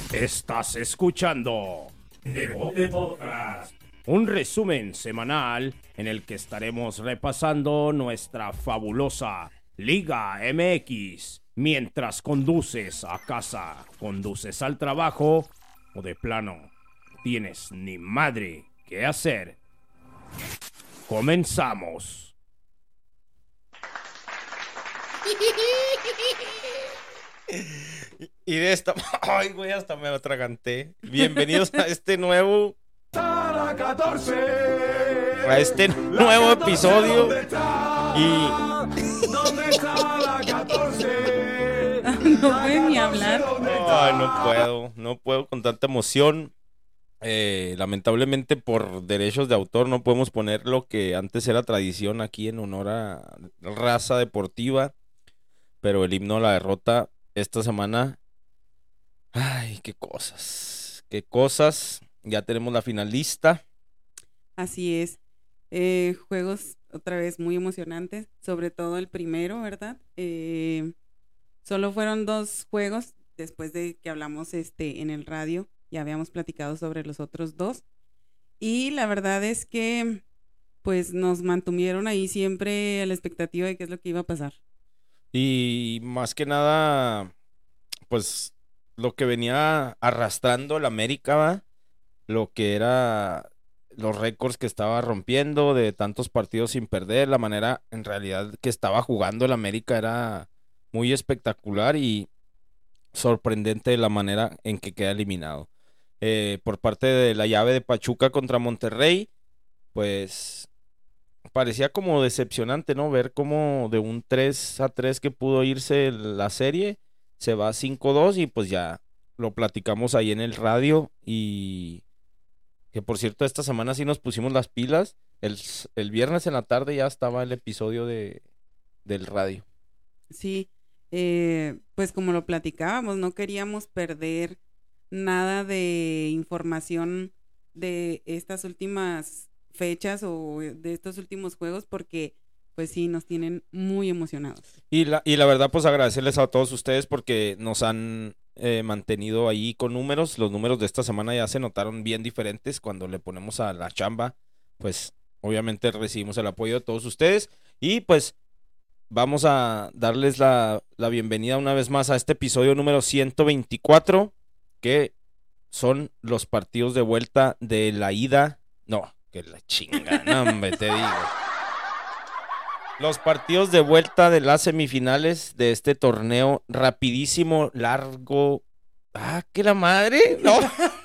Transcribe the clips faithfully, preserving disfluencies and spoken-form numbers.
Estás escuchando Deporte Podcast, un resumen semanal en el que estaremos repasando nuestra fabulosa Liga M X mientras conduces a casa, conduces al trabajo o de plano tienes ni madre que hacer. Comenzamos. Y de esta... Ay, güey, hasta me atraganté. Bienvenidos a este nuevo... Sala catorce. A este nuevo episodio. Y... ¿Dónde está la catorce? No puede ni hablar. Ay, no puedo. No puedo con tanta emoción. Eh, lamentablemente por derechos de autor no podemos poner lo que antes era tradición aquí en honor a Raza Deportiva. Pero el himno a la derrota esta semana... Ay, qué cosas. Qué cosas. Ya tenemos la finalista. Así es. Eh, juegos otra vez muy emocionantes, sobre todo el primero, ¿verdad? Eh, solo fueron dos juegos después de que hablamos este en el radio. Ya habíamos platicado sobre los otros dos. Y la verdad es que pues nos mantuvieron ahí siempre a la expectativa de qué es lo que iba a pasar. Y más que nada, pues lo que venía arrastrando el América, ¿va? Lo que era los récords que estaba rompiendo de tantos partidos sin perder, la manera en realidad que estaba jugando el América era muy espectacular y sorprendente la manera en que queda eliminado. Eh, por parte de la llave de Pachuca contra Monterrey, pues parecía como decepcionante, ¿no? Ver cómo de un tres a tres que pudo irse la serie, se va a cinco dos y pues ya lo platicamos ahí en el radio. Y que por cierto esta semana sí nos pusimos las pilas. El, el viernes en la tarde ya estaba el episodio de, del radio. Sí, eh, pues como lo platicábamos, no queríamos perder nada de información de estas últimas fechas o de estos últimos juegos porque pues sí, nos tienen muy emocionados. Y la, y la verdad, pues agradecerles a todos ustedes porque nos han eh, mantenido ahí con números. Los números de esta semana ya se notaron bien diferentes cuando le ponemos a la chamba. Pues obviamente recibimos el apoyo de todos ustedes. Y pues vamos a darles la, la bienvenida una vez más a este episodio número ciento veinticuatro, que son los partidos de vuelta de la ida. No, que la chinga, no, hombre, te digo. Los partidos de vuelta de las semifinales de este torneo rapidísimo, largo. ¡Ah, qué la madre! ¡No!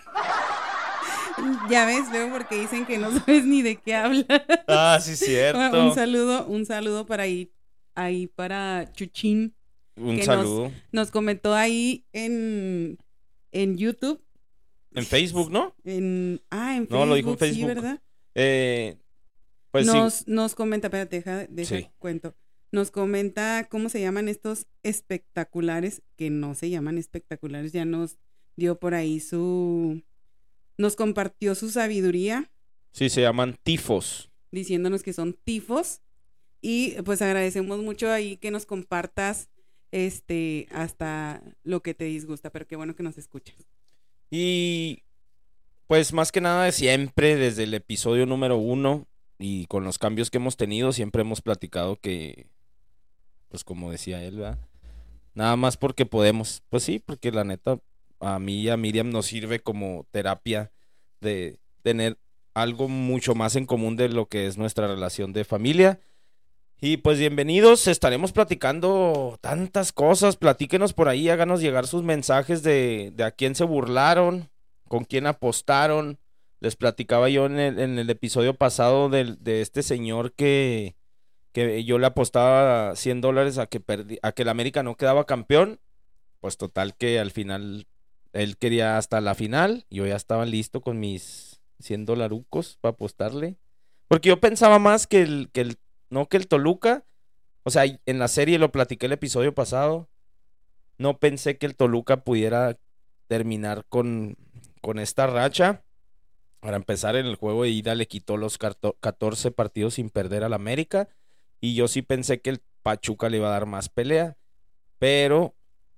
Ya ves, veo porque dicen que no sabes ni de qué hablas. Ah, sí, cierto. Un saludo, un saludo para ahí, ahí para Chuchín. Un saludo. Nos, nos comentó ahí en, en YouTube. En Facebook, ¿no? En, ah, en No, Facebook, lo dijo en Facebook. sí, ¿verdad? Eh, pues nos, sí. nos comenta, espérate, deja, deja Sí. cuento. Nos comenta cómo se llaman estos espectaculares, que no se llaman espectaculares, ya nos dio por ahí su... Nos compartió su sabiduría. Sí, se llaman tifos. Diciéndonos que son tifos. Y pues agradecemos mucho ahí que nos compartas este hasta lo que te disgusta, pero qué bueno que nos escuchas. Y pues más que nada de siempre, desde el episodio número uno y con los cambios que hemos tenido, siempre hemos platicado que, pues como decía él, ¿verdad? Nada más porque podemos. Pues sí, porque la neta, a mí y a Miriam nos sirve como terapia de tener algo mucho más en común de lo que es nuestra relación de familia. Y pues bienvenidos, estaremos platicando tantas cosas. Platíquenos por ahí, háganos llegar sus mensajes de, de a quién se burlaron, con quién apostaron. Les platicaba yo en el, en el episodio pasado de, de este señor que, que yo le apostaba cien dólares a que, perdi, a que el América no quedaba campeón. Pues total que al final él quería hasta la final. Yo ya estaba listo con mis cien dolarucos para apostarle. Porque yo pensaba más que el, que el no que el Toluca, o sea, en la serie lo platiqué el episodio pasado, no pensé que el Toluca pudiera terminar con, con esta racha. Para empezar, en el juego de ida le quitó los catorce partidos sin perder al América, y yo sí pensé que el Pachuca le iba a dar más pelea, pero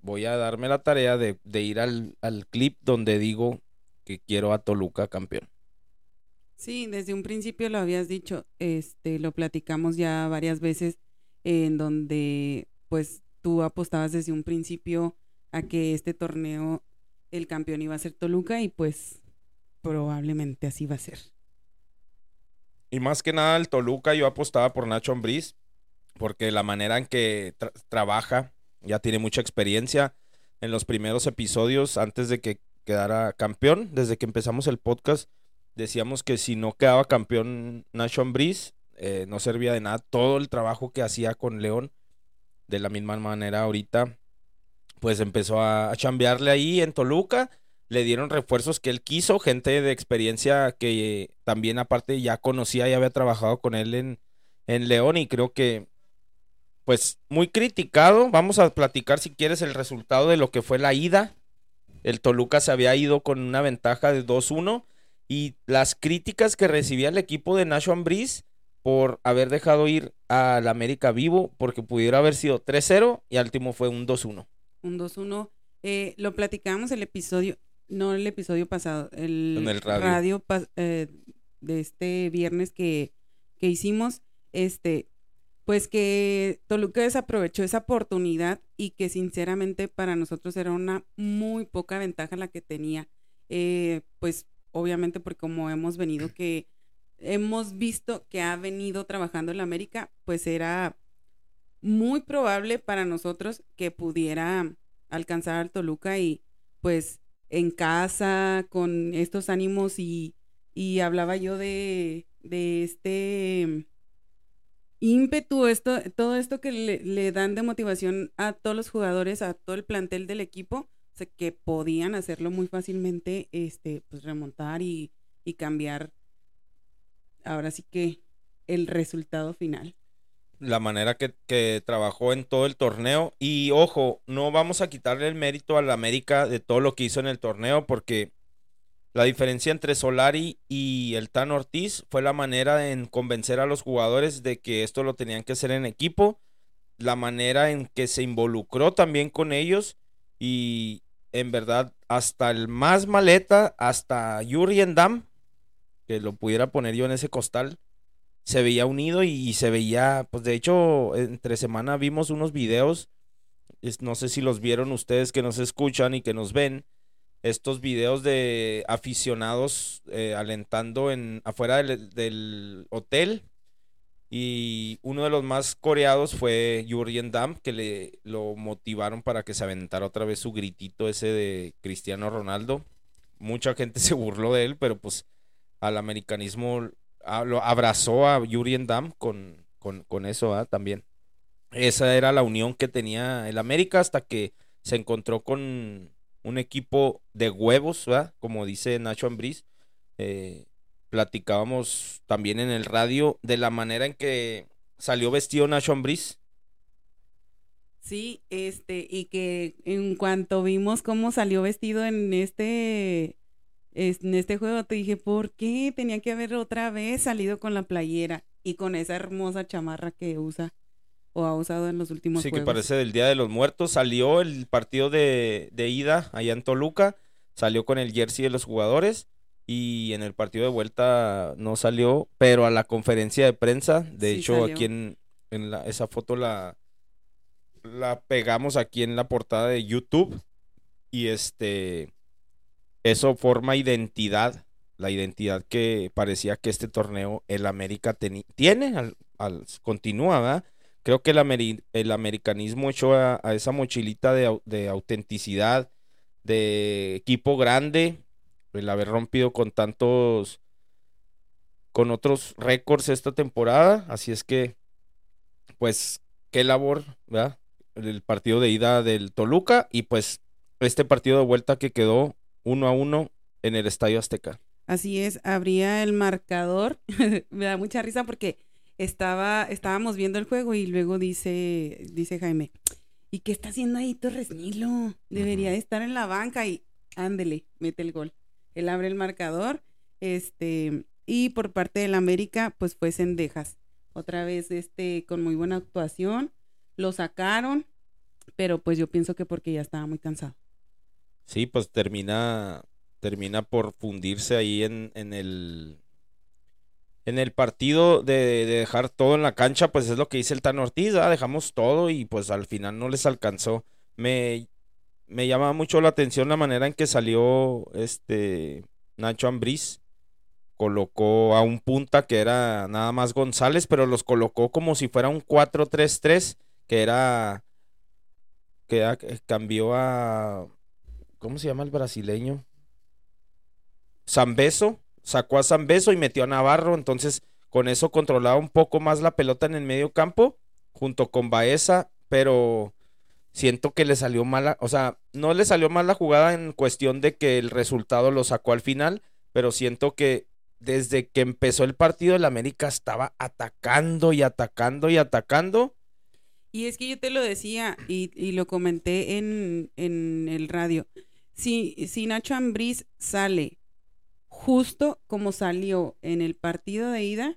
voy a darme la tarea de, de ir al, al clip donde digo que quiero a Toluca campeón. Sí, desde un principio lo habías dicho, este, lo platicamos ya varias veces, eh, en donde pues tú apostabas desde un principio a que este torneo el campeón iba a ser Toluca y pues probablemente así va a ser. Y más que nada el Toluca yo apostaba por Nacho Ambriz, porque la manera en que tra- trabaja, ya tiene mucha experiencia. En los primeros episodios, antes de que quedara campeón, desde que empezamos el podcast, decíamos que si no quedaba campeón Nacho Ambriz, eh, no servía de nada todo el trabajo que hacía con León. De la misma manera ahorita, pues empezó a, a chambearle ahí en Toluca, le dieron refuerzos que él quiso, gente de experiencia que también aparte ya conocía y había trabajado con él en, en León, y creo que pues muy criticado. Vamos a platicar si quieres el resultado de lo que fue la ida. El Toluca se había ido con una ventaja de dos uno y las críticas que recibía el equipo de Nacho Ambriz por haber dejado ir al América vivo, porque pudiera haber sido tres cero y al último fue un dos uno. Un dos uno, eh, lo platicamos el episodio, no el episodio pasado, el, En el radio. radio pa- eh, de este viernes que, que hicimos, este, pues que Toluca desaprovechó esa oportunidad y que sinceramente para nosotros era una muy poca ventaja la que tenía, eh, pues obviamente porque como hemos venido que hemos visto que ha venido trabajando en la América, pues era muy probable para nosotros que pudiera alcanzar al Toluca y pues en casa con estos ánimos y, y hablaba yo de, de este ímpetu, esto, todo esto que le, le dan de motivación a todos los jugadores, a todo el plantel del equipo, o sea, que podían hacerlo muy fácilmente, este, pues remontar y, y cambiar ahora sí que el resultado final. La manera que, que trabajó en todo el torneo. Y ojo, no vamos a quitarle el mérito al América de todo lo que hizo en el torneo, porque la diferencia entre Solari y el Tan Ortiz fue la manera en convencer a los jugadores de que esto lo tenían que hacer en equipo, la manera en que se involucró también con ellos, y en verdad hasta el más maleta, hasta Jurrien Damm, que lo pudiera poner yo en ese costal, se veía unido y, y se veía, pues de hecho, entre semana vimos unos videos, es, no sé si los vieron ustedes que nos escuchan y que nos ven, estos videos de aficionados eh, alentando en afuera del, del hotel, y uno de los más coreados fue Jurrien Damm, que le lo motivaron para que se aventara otra vez su gritito ese de Cristiano Ronaldo. Mucha gente se burló de él, pero pues al americanismo a, lo abrazó a Jurrien Damm con, con, con eso ¿eh? También. Esa era la unión que tenía el América hasta que se encontró con un equipo de huevos, ¿verdad? Como dice Nacho Ambriz. Eh, platicábamos también en el radio de la manera en que salió vestido Nacho Ambriz. Sí, este, y que en cuanto vimos cómo salió vestido en este, en este juego, te dije, ¿por qué tenía que haber otra vez salido con la playera y con esa hermosa chamarra que usa o ha usado en los últimos Sí, juegos? que parece del Día de los Muertos. Salió el partido de, de ida allá en Toluca, salió con el jersey de los jugadores, y en el partido de vuelta no salió, pero a la conferencia de prensa, de Sí hecho salió. aquí en, en la, esa foto la, la pegamos aquí en la portada de YouTube, y este, eso forma identidad, la identidad que parecía que este torneo el América teni- tiene, al, al- continúa, ¿verdad? Creo que el, ameri- el americanismo echó a, a esa mochilita de, au- de autenticidad, de equipo grande, el haber rompido con tantos, con otros récords esta temporada. Así es que, pues, qué labor, ¿verdad? El partido de ida del Toluca, y pues este partido de vuelta que quedó uno a uno en el Estadio Azteca. Así es, abría el marcador, me da mucha risa porque estaba, estábamos viendo el juego y luego dice, dice Jaime, ¿y qué está haciendo ahí Torres Nilo? Debería de estar en la banca y ándele, mete el gol. Él abre el marcador, este, y por parte del América, pues fue Cendejas. Otra vez, este, con muy buena actuación, lo sacaron, pero pues yo pienso que porque ya estaba muy cansado. Sí, pues termina, termina por fundirse ahí en, en el, en el partido de, de dejar todo en la cancha, pues es lo que dice el Tan Ortiz, ¿verdad? Dejamos todo y pues al final no les alcanzó. Me, me llama mucho la atención la manera en que salió este Nacho Ambriz. Colocó a un punta que era nada más González, pero los colocó como si fuera un cuatro tres tres, que era, que era- que cambió a, ¿cómo se llama el brasileño? Zambeso, sacó a Zambeso y metió a Navarro, entonces con eso controlaba un poco más la pelota en el medio campo, junto con Baeza, pero siento que le salió mala, o sea, no le salió mal la jugada en cuestión de que el resultado lo sacó al final, pero siento que desde que empezó el partido el América estaba atacando y atacando y atacando. Y es que yo te lo decía y, y lo comenté en, en el radio. Si, si Nacho Ambriz sale justo como salió en el partido de ida,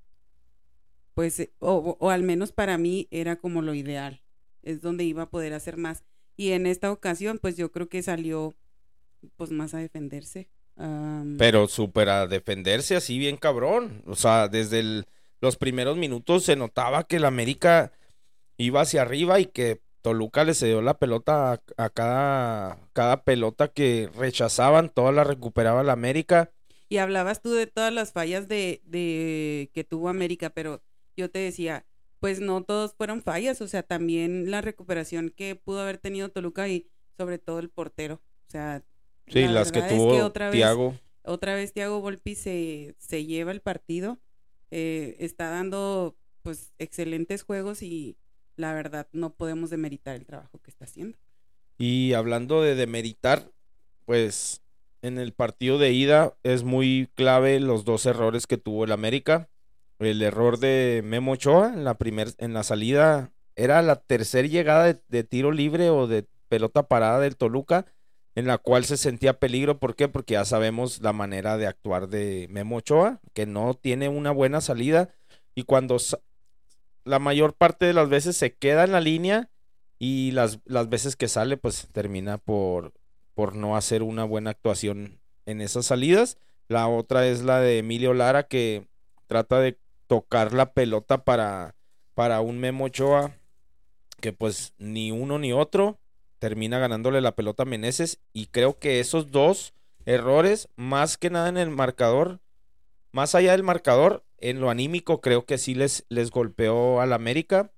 pues, eh, o, o- o al menos para mí era como lo ideal. Es donde iba a poder hacer más. Y en esta ocasión, pues yo creo que salió pues más a defenderse. Am, Pero súper a defenderse así bien cabrón. O sea, desde el- los primeros minutos se notaba que el América iba hacia arriba y que Toluca le cedió la pelota a, a cada, cada pelota que rechazaban, toda la recuperaba el América. Y hablabas tú de todas las fallas de, de que tuvo América, pero yo te decía, pues no todos fueron fallas, o sea, también la recuperación que pudo haber tenido Toluca y sobre todo el portero. O sea, Sí, la las que verdad es tuvo que otra vez, Thiago. otra vez Thiago Volpi se, se lleva el partido, eh, está dando pues excelentes juegos y la verdad no podemos demeritar el trabajo que está haciendo. Y hablando de demeritar, pues en el partido de ida es muy clave los dos errores que tuvo el América. El error de Memo Ochoa en la primer, en la salida era la tercera llegada de, de tiro libre o de pelota parada del Toluca, en la cual se sentía peligro. ¿Por qué? Porque ya sabemos la manera de actuar de Memo Ochoa, que no tiene una buena salida y cuando sa- la mayor parte de las veces se queda en la línea y las, las veces que sale, pues termina por, por no hacer una buena actuación en esas salidas. La otra es la de Emilio Lara, que trata de tocar la pelota para, para un Memo Ochoa, que pues ni uno ni otro termina ganándole la pelota a Meneses. Y creo que esos dos errores, más que nada en el marcador, más allá del marcador, en lo anímico, creo que sí les, les golpeó al América.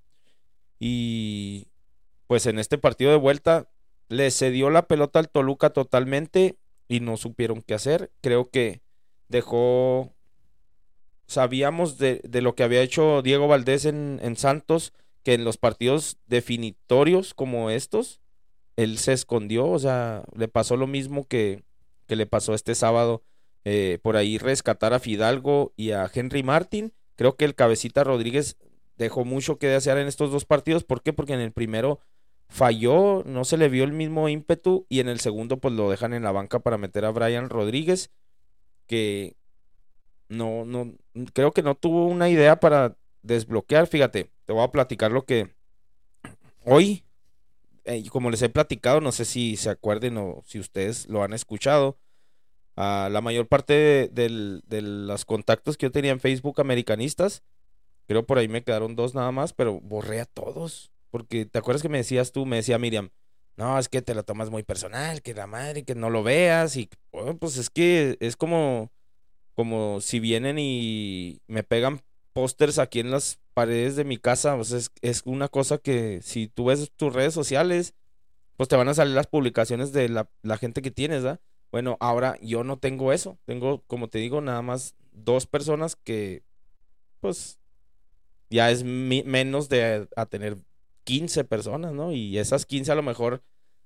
Y pues en este partido de vuelta le cedió la pelota al Toluca totalmente y no supieron qué hacer. Creo que dejó, sabíamos de, de lo que había hecho Diego Valdés en, en Santos, que en los partidos definitorios como estos, él se escondió, o sea, le pasó lo mismo que, que le pasó este sábado, eh, por ahí rescatar a Fidalgo y a Henry Martin. Creo que el Cabecita Rodríguez dejó mucho que desear en estos dos partidos. ¿Por qué? Porque en el primero falló, no se le vio el mismo ímpetu y en el segundo pues lo dejan en la banca para meter a Brian Rodríguez, que no, no, creo que no tuvo una idea para desbloquear. Fíjate, te voy a platicar lo que hoy, eh, como les he platicado, no sé si se acuerden o si ustedes lo han escuchado. Ah, la mayor parte de, del- de los contactos que yo tenía en Facebook americanistas, creo por ahí me quedaron dos nada más, pero borré a todos. Porque te acuerdas que me decías tú, me decía Miriam, no, es que te lo tomas muy personal, que la madre, que no lo veas. Y oh, pues es que es como, como si vienen y me pegan pósters aquí en las paredes de mi casa. O sea, es, es una cosa que si tú ves tus redes sociales, pues te van a salir las publicaciones de la, la gente que tienes, ¿verdad? Bueno, ahora yo no tengo eso. Tengo, como te digo, nada más dos personas que, pues, ya es mi- menos de a tener quince personas, ¿no? Y esas quince a lo mejor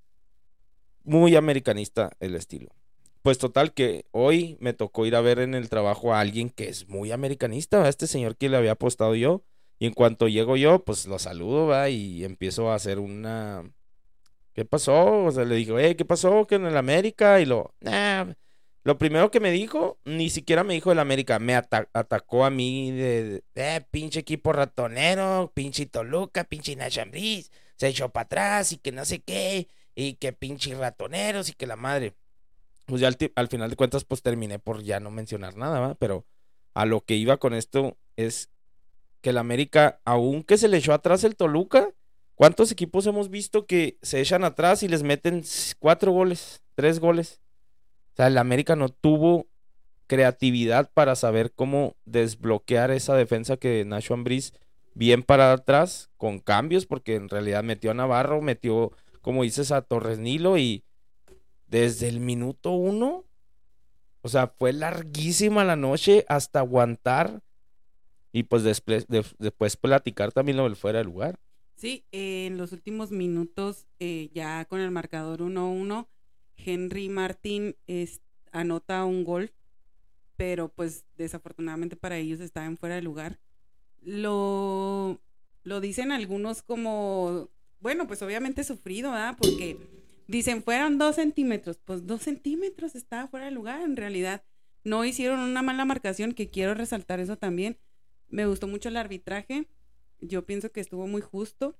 muy americanista el estilo. Pues total que hoy me tocó ir a ver en el trabajo a alguien que es muy americanista, a este señor que le había apostado yo. Y en cuanto llego yo, pues lo saludo, va, y empiezo a hacer una... ¿Qué pasó? O sea, le digo, eh, ¿qué pasó? Que en el América, y lo... Nah. Lo primero que me dijo, ni siquiera me dijo el América, me ata- atacó a mí de, de, eh, pinche equipo ratonero, pinche Toluca, pinche Nacho Ambriz. se echó para atrás y que no sé qué, y que pinche ratoneros y que la madre. Pues ya al, ti- al final de cuentas, pues terminé por ya no mencionar nada, ¿va? Pero a lo que iba con esto es que el América, aunque se le echó atrás el Toluca, ¿cuántos equipos hemos visto que se echan atrás y les meten s- cuatro goles, tres goles? O sea, el América no tuvo creatividad para saber cómo desbloquear esa defensa que Nacho Ambriz bien para atrás con cambios, porque en realidad metió a Navarro, metió, como dices, a Torres Nilo y desde el minuto uno, o sea, fue larguísima la noche hasta aguantar y pues después, de- después platicar también lo del fuera de lugar. Sí, eh, en los últimos minutos, eh, ya con el marcador uno uno, Henry Martín es- anota un gol, pero pues desafortunadamente para ellos estaba en fuera de lugar. Lo, lo dicen algunos como, bueno, pues obviamente sufrido, ¿verdad? Porque dicen fueron dos centímetros, pues dos centímetros estaba fuera de lugar, en realidad no hicieron una mala marcación, que quiero resaltar eso también. Me gustó mucho el arbitraje, yo pienso que estuvo muy justo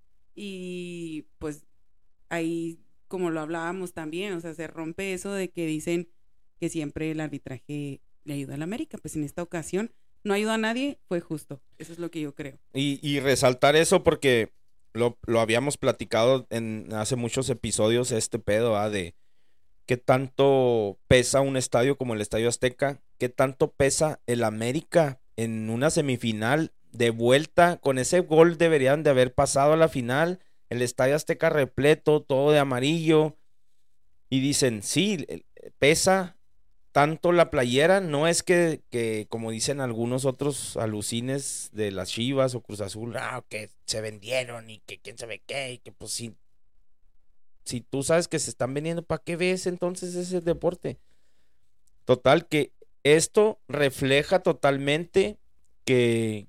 y pues ahí, como lo hablábamos también, o sea, se rompe eso de que dicen que siempre el arbitraje le ayuda a la América, pues en esta ocasión no ayudó a nadie, fue justo, eso es lo que yo creo. Y, y resaltar eso porque lo, lo habíamos platicado en hace muchos episodios, este pedo, ¿ah? De qué tanto pesa un estadio como el Estadio Azteca, qué tanto pesa el América en una semifinal de vuelta. Con ese gol deberían de haber pasado a la final, el Estadio Azteca repleto, todo de amarillo, y dicen, sí, eh, pesa tanto la playera, no es que, que como dicen algunos otros alucines de las Chivas o Cruz Azul, ah, que se vendieron y que quién sabe qué, y que pues sí, si tú sabes que se están vendiendo, ¿para qué ves entonces ese deporte? Total, que esto refleja totalmente que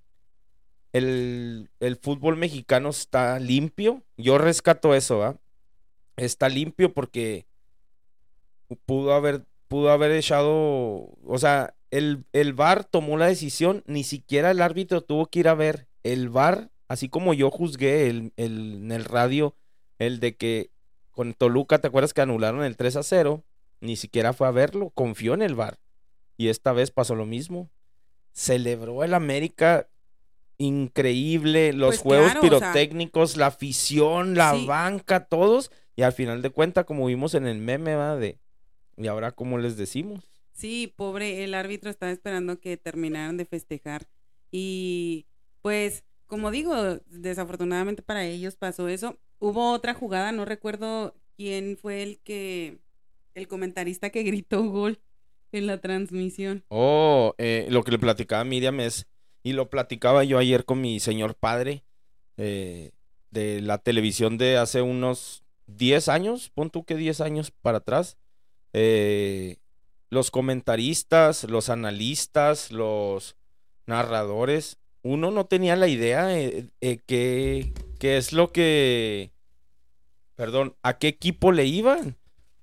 el, el fútbol mexicano está limpio. Yo rescato eso, ¿ah? Está limpio porque pudo haber, pudo haber echado, o sea, el, el V A R tomó la decisión, ni siquiera el árbitro tuvo que ir a ver. El V A R, así como yo juzgué el, el, en el radio, el de que con Toluca, ¿te acuerdas que anularon el tres a cero? Ni siquiera fue a verlo, confió en el V A R. Y esta vez pasó lo mismo. Celebró el América increíble, los Pues juegos claro, o sea, pirotécnicos, la afición, la sí, banca, todos. Y al final de cuentas, como vimos en el meme, va de, ¿y ahora cómo les decimos? sí, pobre, el árbitro estaba esperando que terminaran de festejar y pues, como digo, desafortunadamente para ellos pasó eso. Hubo otra jugada, no recuerdo quién fue el que, el comentarista que gritó gol en la transmisión. Oh, eh, lo que le platicaba a Miriam es, y lo platicaba yo ayer con mi señor padre, eh, de la televisión de hace unos diez años, pon tú que diez años para atrás, eh, los comentaristas, los analistas, los narradores, uno no tenía la idea eh, eh, qué, qué es lo que, perdón, a qué equipo le iban.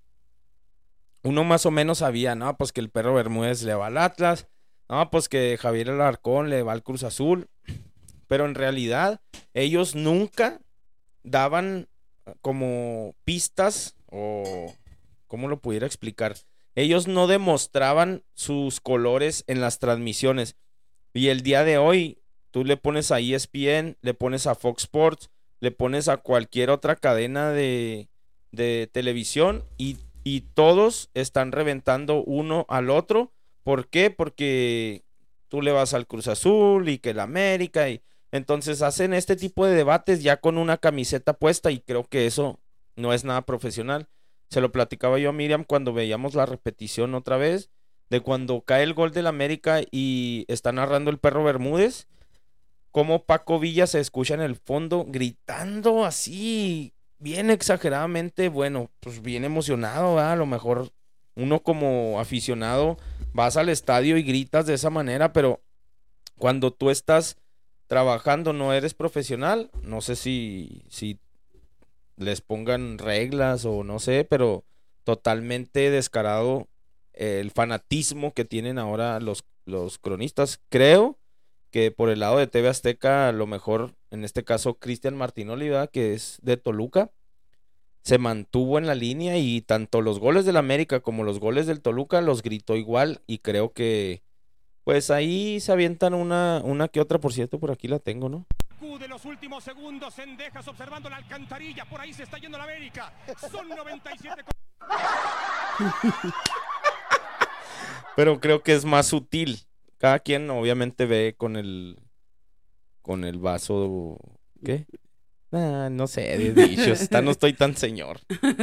Uno más o menos sabía, ¿no? Pues que el Perro Bermúdez le va al Atlas, no, pues que Javier Alarcón le va al Cruz Azul, pero en realidad ellos nunca daban como pistas o cómo lo pudiera explicar. Ellos no demostraban sus colores en las transmisiones. Y el día de hoy, tú le pones a E S P N, le pones a Fox Sports, le pones a cualquier otra cadena de, de televisión y, y todos están reventando uno al otro. ¿Por qué? Porque tú le vas al Cruz Azul y que el América y entonces hacen este tipo de debates ya con una camiseta puesta y creo que eso no es nada profesional. Se lo platicaba yo a Miriam cuando veíamos la repetición otra vez de cuando cae el gol del América y está narrando el Perro Bermúdez, cómo Paco Villa se escucha en el fondo gritando así, bien exageradamente, bueno, pues bien emocionado, ¿verdad? A lo mejor uno como aficionado vas al estadio y gritas de esa manera, pero cuando tú estás trabajando, no eres profesional, no sé si, si les pongan reglas o no sé, pero totalmente descarado eh, el fanatismo que tienen ahora los, los cronistas. Creo que por el lado de T V Azteca a lo mejor en este caso Cristian Martinoli, ¿verdad? Que es de Toluca, se mantuvo en la línea y tanto los goles del América como los goles del Toluca los gritó igual y creo que pues ahí se avientan una, una que otra, por cierto, por aquí la tengo, ¿no? De los últimos segundos, Cendejas observando la alcantarilla, por ahí se está yendo la América, son noventa y siete. Pero creo que es más sutil, cada quien obviamente ve con el, con el vaso, ¿qué? Ah, no sé, de dichos, está, no estoy tan señor.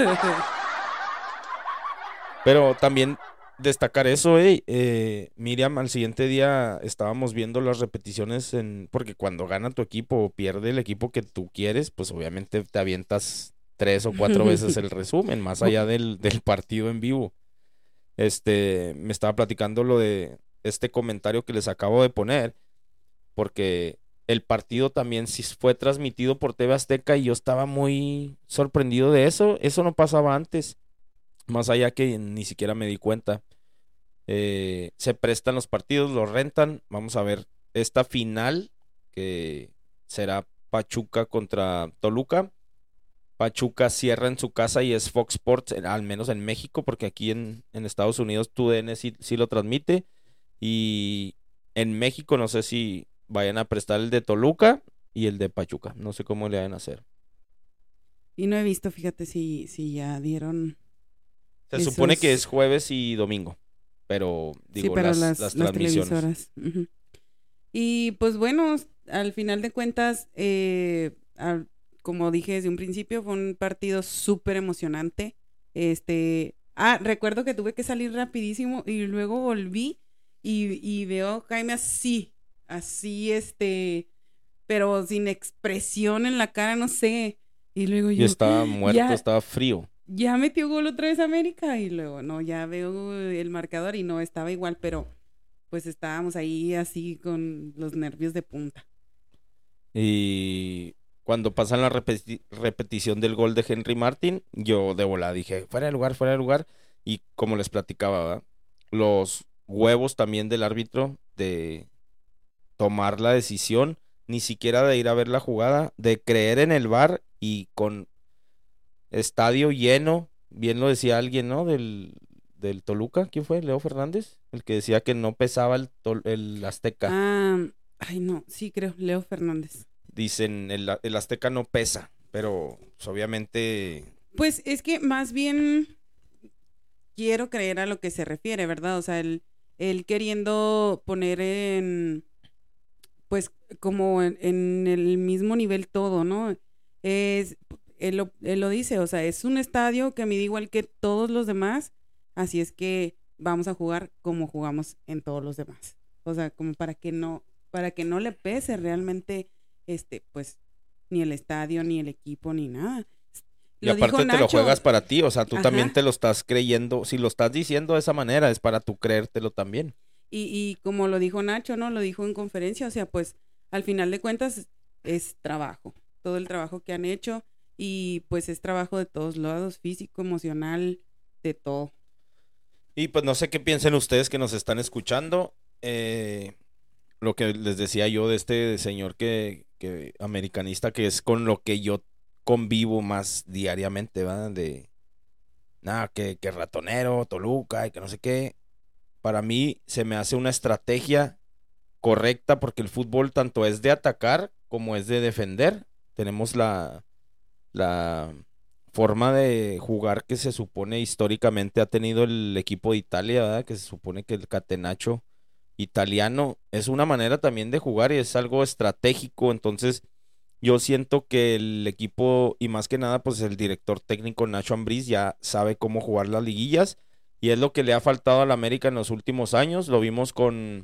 Pero también destacar eso, eh, eh, Miriam, al siguiente día estábamos viendo las repeticiones, en porque cuando gana tu equipo o pierde el equipo que tú quieres, pues obviamente te avientas tres o cuatro veces el resumen, más allá del, del partido en vivo. Este, me estaba platicando lo de este comentario que les acabo de poner, porque el partido también sí fue transmitido por T V Azteca y yo estaba muy sorprendido de eso, eso no pasaba antes. Más allá que ni siquiera me di cuenta. Eh, se prestan los partidos, los rentan. Vamos a ver esta final que será Pachuca contra Toluca. Pachuca cierra en su casa y es Fox Sports, al menos en México, porque aquí en, en Estados Unidos tu D N sí, sí lo transmite. Y en México no sé si vayan a prestar el de Toluca y el de Pachuca. No sé cómo le vayan a hacer. Y no he visto, fíjate, si, si ya dieron... Se Esos... supone que es jueves y domingo, pero digo, sí, pero las, las, las, las transmisiones. televisoras. Uh-huh. Y pues bueno, al final de cuentas, eh, al, como dije desde un principio, fue un partido súper emocionante. Este, ah, recuerdo que tuve que salir rapidísimo y luego volví y, y veo a Jaime así, así, este, pero sin expresión en la cara, no sé. Y luego yo... Y estaba muerto, ya, estaba frío. Ya metió gol otra vez América y luego, no, ya veo el marcador y no, estaba igual, pero pues estábamos ahí así con los nervios de punta. Y cuando pasan la repeti- repetición del gol de Henry Martin, yo de volada dije, fuera de lugar, fuera de lugar. Y como les platicaba, ¿verdad? Los huevos también del árbitro de tomar la decisión, ni siquiera de ir a ver la jugada, de creer en el V A R y con estadio lleno, bien lo decía alguien, ¿no? Del, del Toluca, ¿quién fue? Leo Fernández, el que decía que no pesaba el, tol- el Azteca. Ah, ay no, sí creo, Leo Fernández. Dicen, el, el Azteca no pesa, pero pues, obviamente... Pues es que más bien quiero creer a lo que se refiere, ¿verdad? O sea, él, él queriendo poner en, pues como en, en el mismo nivel todo, ¿no? Es... Él lo, él lo dice, o sea, es un estadio que mide igual que todos los demás, así es que vamos a jugar como jugamos en todos los demás. O sea, como para que no, para que no le pese realmente, este, pues, ni el estadio, ni el equipo, ni nada. Y Lo aparte dijo te lo Nacho. juegas para ti, o sea, tú Ajá. también te lo estás creyendo, si lo estás diciendo de esa manera, es para tú creértelo también. Y, y como lo dijo Nacho, ¿no? Lo dijo en conferencia, o sea, pues, al final de cuentas, es trabajo, todo el trabajo que han hecho. Y pues es trabajo de todos lados, físico, emocional, de todo. Y pues no sé qué piensen ustedes que nos están escuchando. Eh, lo que les decía yo de este señor que, que americanista, que es con lo que yo convivo más diariamente, ¿verdad? De nada, que, que ratonero, Toluca y que no sé qué. Para mí se me hace una estrategia correcta porque el fútbol tanto es de atacar como es de defender. Tenemos la... la forma de jugar que se supone históricamente ha tenido el equipo de Italia, ¿verdad? Que se supone que el catenaccio italiano es una manera también de jugar y es algo estratégico. Entonces yo siento que el equipo y más que nada pues el director técnico Nacho Ambriz ya sabe cómo jugar las liguillas y es lo que le ha faltado al América en los últimos años. Lo vimos con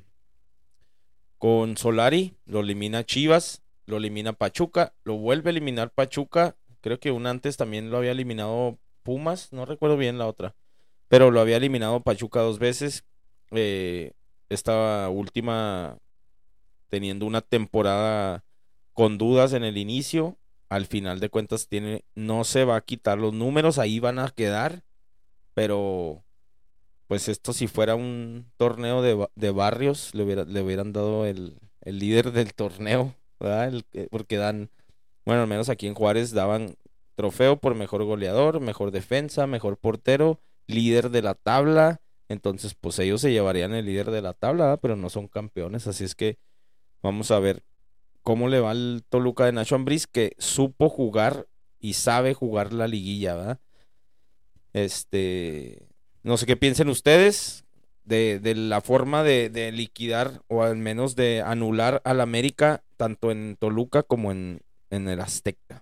con Solari, lo elimina Chivas, lo elimina Pachuca, lo vuelve a eliminar Pachuca. Creo que un antes también lo había eliminado Pumas, no recuerdo bien la otra, pero lo había eliminado Pachuca dos veces. Eh, esta última teniendo una temporada con dudas en el inicio, al final de cuentas tiene, no se va a quitar los números, ahí van a quedar, pero pues esto si fuera un torneo de, de barrios, le, hubiera, le hubieran dado el, el líder del torneo ¿verdad? El, eh, porque dan, bueno, al menos aquí en Juárez daban trofeo por mejor goleador, mejor defensa, mejor portero, líder de la tabla. Entonces, pues ellos se llevarían el líder de la tabla, ¿verdad? Pero no son campeones, así es que vamos a ver cómo le va al Toluca de Nacho Ambriz, que supo jugar y sabe jugar la liguilla, ¿verdad? Este, no sé qué piensen ustedes de, de la forma de, de liquidar o al menos de anular al América, tanto en Toluca como en, en el Azteca.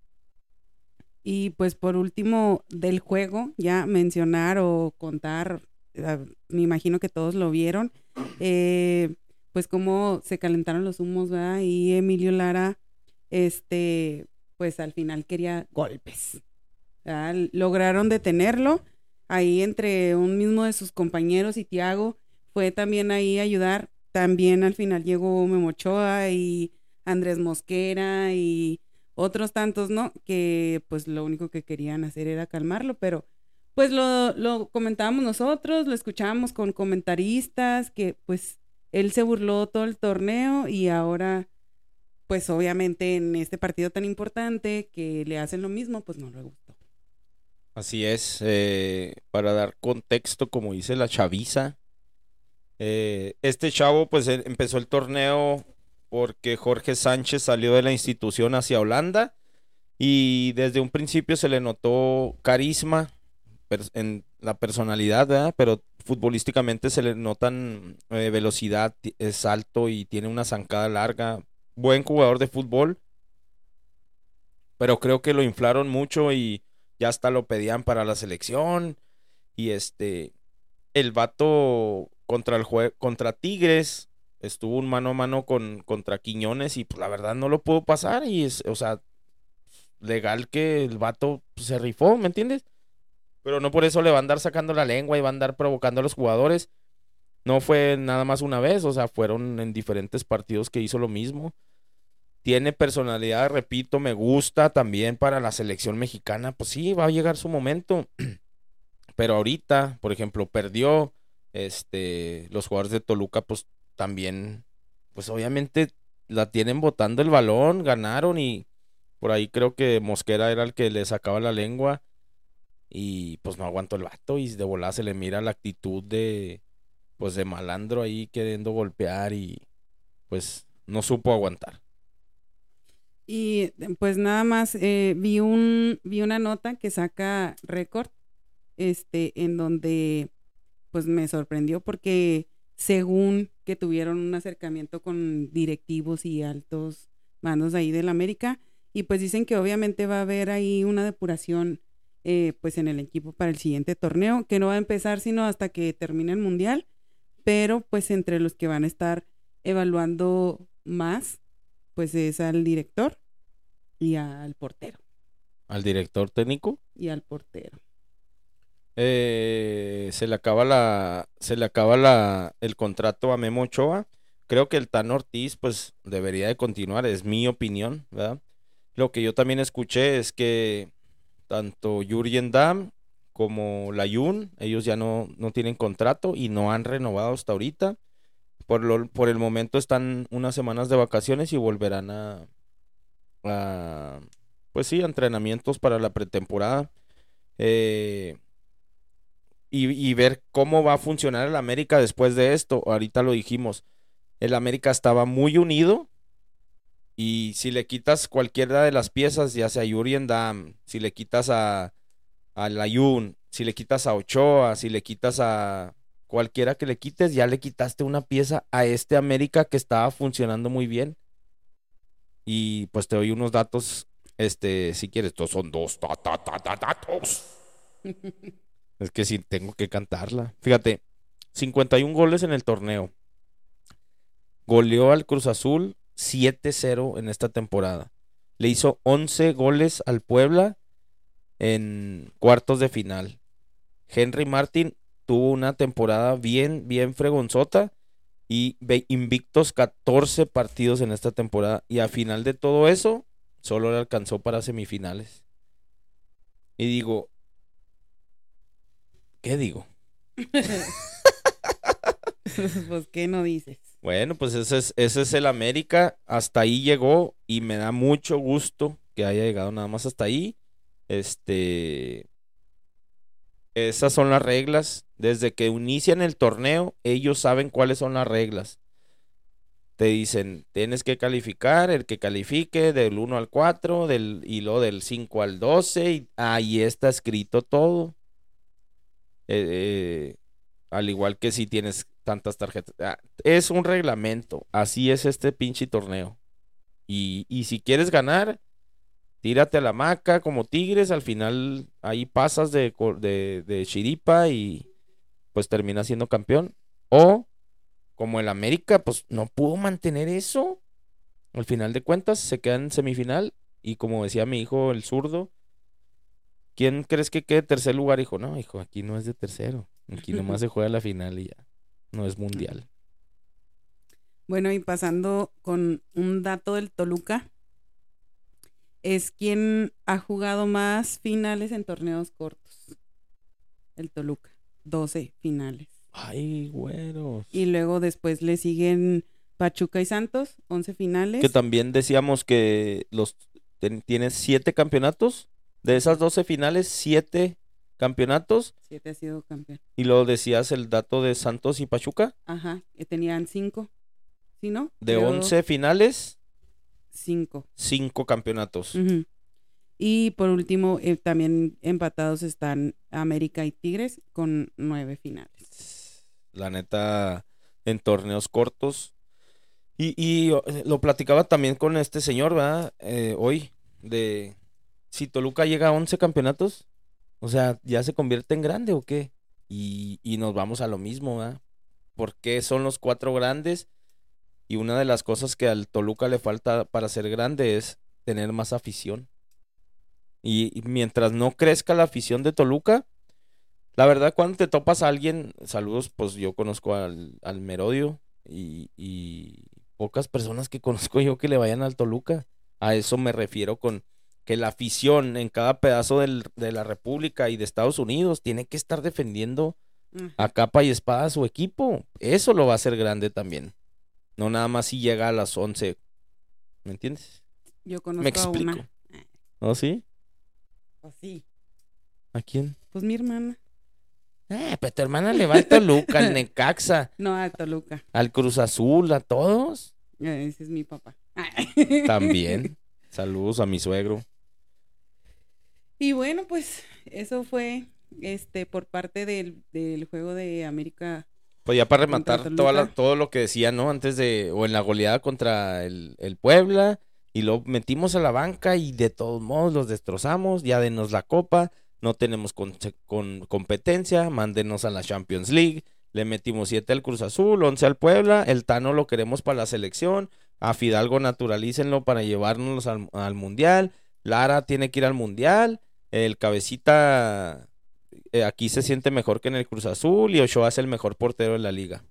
Y pues por último del juego, ya mencionar o contar, eh, me imagino que todos lo vieron, eh, pues cómo se calentaron los humos, ¿verdad? Y Emilio Lara, este, pues al final quería golpes, ¿verdad? Lograron detenerlo, ahí entre un mismo de sus compañeros y Thiago fue también ahí a ayudar, también al final llegó Memo Ochoa y Andrés Mosquera y otros tantos, ¿no? Que pues lo único que querían hacer era calmarlo, pero pues lo, lo comentábamos nosotros, lo escuchábamos con comentaristas, que pues él se burló todo el torneo y ahora pues obviamente en este partido tan importante que le hacen lo mismo, pues no le gustó. Así es, eh, para dar contexto, como dice la chaviza, eh, este chavo pues él empezó el torneo porque Jorge Sánchez salió de la institución hacia Holanda y desde un principio se le notó carisma en la personalidad, ¿verdad? Pero futbolísticamente se le notan eh, velocidad, es alto y tiene una zancada larga, buen jugador de fútbol, pero creo que lo inflaron mucho y ya hasta lo pedían para la selección y este, el vato contra el jue contra Tigres estuvo un mano a mano con contra Quiñones y pues la verdad no lo pudo pasar y es, o sea, legal que el vato pues, se rifó, ¿me entiendes? Pero no por eso le va a andar sacando la lengua y va a andar provocando a los jugadores. No fue nada más una vez, o sea, fueron en diferentes partidos que hizo lo mismo. Tiene personalidad, repito, me gusta también para la selección mexicana. Pues sí, va a llegar su momento. Pero ahorita, por ejemplo, perdió. Este, los jugadores de Toluca, pues también, pues obviamente la tienen botando el balón, ganaron y por ahí creo que Mosquera era el que le sacaba la lengua. Y pues no aguantó el vato y de volada se le mira la actitud de, pues de malandro ahí queriendo golpear y pues no supo aguantar. Y pues nada más eh, vi un vi una nota que saca Récord, este, en donde pues me sorprendió porque según que tuvieron un acercamiento con directivos y altos mandos ahí del América y pues dicen que obviamente va a haber ahí una depuración eh, pues en el equipo para el siguiente torneo, que no va a empezar sino hasta que termine el mundial, pero pues entre los que van a estar evaluando más pues es al director y al portero. ¿Al director técnico? Y al portero. Eh, se le acaba la, se le acaba la, el contrato a Memo Ochoa. Creo que el Tan Ortiz pues debería de continuar, es mi opinión, ¿verdad? Lo que yo también escuché es que tanto Jürgen Damm como Layún, ellos ya no, no tienen contrato y no han renovado hasta ahorita. Por, lo, por el momento están unas semanas de vacaciones y volverán a, a pues sí, a entrenamientos para la pretemporada. Eh, y, y ver cómo va a funcionar el América después de esto. Ahorita lo dijimos, el América estaba muy unido. Y si le quitas cualquiera de las piezas, ya sea Jürgen Damm, si le quitas a, a Layún, si le quitas a Ochoa, si le quitas a cualquiera que le quites, ya le quitaste una pieza a este América que estaba funcionando muy bien. Y pues te doy unos datos, este, si quieres, estos son dos ta, ta, ta, ta, datos. Es que sí, tengo que cantarla. Fíjate, cincuenta y un goles en el torneo. Goleó al Cruz Azul siete cero en esta temporada. Le hizo once goles al Puebla en cuartos de final. Henry Martin tuvo una temporada bien, bien fregonzota y invictos catorce partidos en esta temporada. Y a final de todo eso, solo le alcanzó para semifinales. Y digo, ¿qué digo? Pues, ¿qué no dices? Bueno, pues ese es, ese es el América. Hasta ahí llegó y me da mucho gusto que haya llegado nada más hasta ahí. Este, esas son las reglas. Desde que inician el torneo, ellos saben cuáles son las reglas. Te dicen, tienes que calificar, el que califique del uno al cuatro, del, y luego del cinco al doce, y ahí está escrito todo. Eh, eh, al igual que si tienes tantas tarjetas. Ah, es un reglamento, así es este pinche torneo. Y, y si quieres ganar, tírate a la hamaca como Tigres, al final ahí pasas de, co- de, de chiripa y pues terminas siendo campeón. O como el América, pues no pudo mantener eso. Al final de cuentas, se queda en semifinal. Y como decía mi hijo, el zurdo, ¿quién crees que quede en tercer lugar? Hijo, no, hijo, aquí no es de tercero. Aquí nomás se juega la final y ya. No es mundial. Bueno, y pasando con un dato del Toluca, es quien ha jugado más finales en torneos cortos. El Toluca, doce finales. Ay, güeros. Y luego después le siguen Pachuca y Santos, once finales. Que también decíamos que los ten- tienes siete campeonatos. De esas doce finales, siete campeonatos. Siete ha sido campeón. Y luego decías el dato de Santos y Pachuca. Ajá, que tenían cinco. ¿Sí, no? De Creo once finales, Cinco. cinco campeonatos. Ujú. Y por último, eh, también empatados están América y Tigres con nueve finales. La neta, en torneos cortos. Y, y oh, eh, lo platicaba también con este señor, ¿verdad? Eh, hoy, de si Toluca llega a once campeonatos, o sea, ¿ya se convierte en grande o qué? Y, y nos vamos a lo mismo, ¿verdad? ¿Por qué son los cuatro grandes? Y una de las cosas que al Toluca le falta para ser grande es tener más afición. Y, y mientras no crezca la afición de Toluca, la verdad, cuando te topas a alguien, saludos, pues yo conozco al, al Merodio y, y pocas personas que conozco yo que le vayan al Toluca. A eso me refiero con que la afición en cada pedazo del- de la República y de Estados Unidos tiene que estar defendiendo Ajá. a capa y espada a su equipo. Eso lo va a hacer grande también. No nada más si llega a las once. ¿Me entiendes? Yo Me conozco a explico. una. ¿Oh, sí? Pues sí. ¿A quién? Pues mi hermana. Eh, pero tu hermana le va al Toluca, al Necaxa, No, a Toluca. al Cruz Azul, a todos. Eh, Ese es mi papá. También. Saludos a mi suegro. Y bueno, pues eso fue este por parte del, del juego de América. Pues ya para Contra rematar toda la- Toluca. todo lo que decía, ¿no? Antes de, o en la goleada contra el, el Puebla, y lo metimos a la banca y de todos modos los destrozamos, ya denos la copa, no tenemos con, con- competencia, mándenos a la Champions League, le metimos siete al Cruz Azul, once al Puebla, el Tano lo queremos para la selección, a Fidalgo naturalícenlo para llevarnos al, al Mundial, Lara tiene que ir al Mundial, el Cabecita eh, aquí se siente mejor que en el Cruz Azul y Ochoa es el mejor portero de la liga.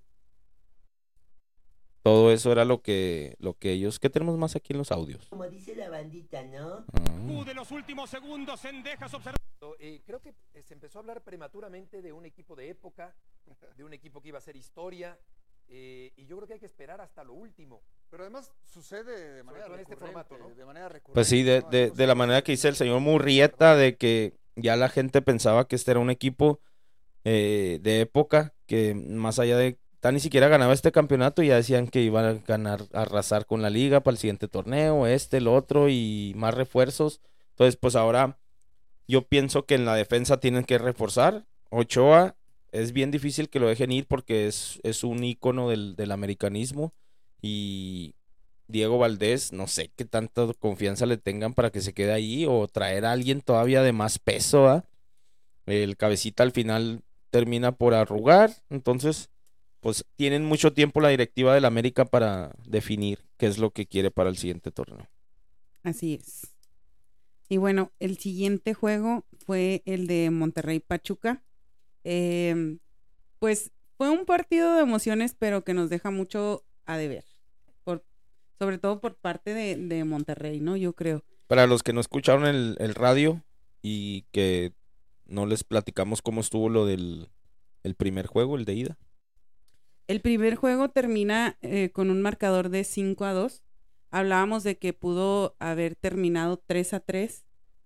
Todo eso era lo que, lo que ellos... ¿Qué tenemos más aquí en los audios? Como dice la bandita, ¿no? Ah. De los últimos segundos, Sendejas observa. Eh, creo que eh, se empezó a hablar prematuramente de un equipo de época, de un equipo que iba a ser historia, eh, y yo creo que hay que esperar hasta lo último. Pero además sucede de manera todo en este recurrente, formato, ¿no? de manera recurrente. Pues sí, de, ¿no? de, Algunos de la manera equipos que dice el se- señor Murrieta, de que ya la gente pensaba que este era un equipo eh, de época, que más allá de... Tan ni siquiera ganaba este campeonato y ya decían que iban a ganar, a arrasar con la liga para el siguiente torneo, este, el otro y más refuerzos. Entonces, pues ahora yo pienso que en la defensa tienen que reforzar. Ochoa es bien difícil que lo dejen ir porque es, es un ícono del, del americanismo. Y Diego Valdés, no sé qué tanta confianza le tengan para que se quede ahí o traer a alguien todavía de más peso, ¿ah? El Cabecita al final termina por arrugar, entonces pues tienen mucho tiempo la directiva del América para definir qué es lo que quiere para el siguiente torneo. Así es. Y bueno, el siguiente juego fue el de Monterrey Pachuca. Eh, pues fue un partido de emociones, pero que nos deja mucho a deber. Por, sobre todo por parte de, de Monterrey, ¿no? Yo creo. Para los que no escucharon el, el radio y que no les platicamos cómo estuvo lo del el primer juego, el de ida. El primer juego termina eh, con un marcador de cinco a dos. Hablábamos de que pudo haber terminado tres a tres,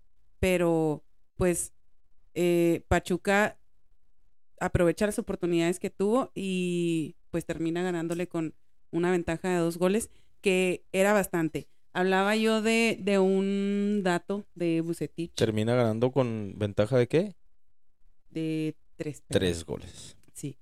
pero pues eh, Pachuca aprovecha las oportunidades que tuvo y pues termina ganándole con una ventaja de dos goles, que era bastante. Hablaba yo de, de un dato de Vucetich. ¿Termina ganando con ventaja de qué? De tres. Tres goles. Sí.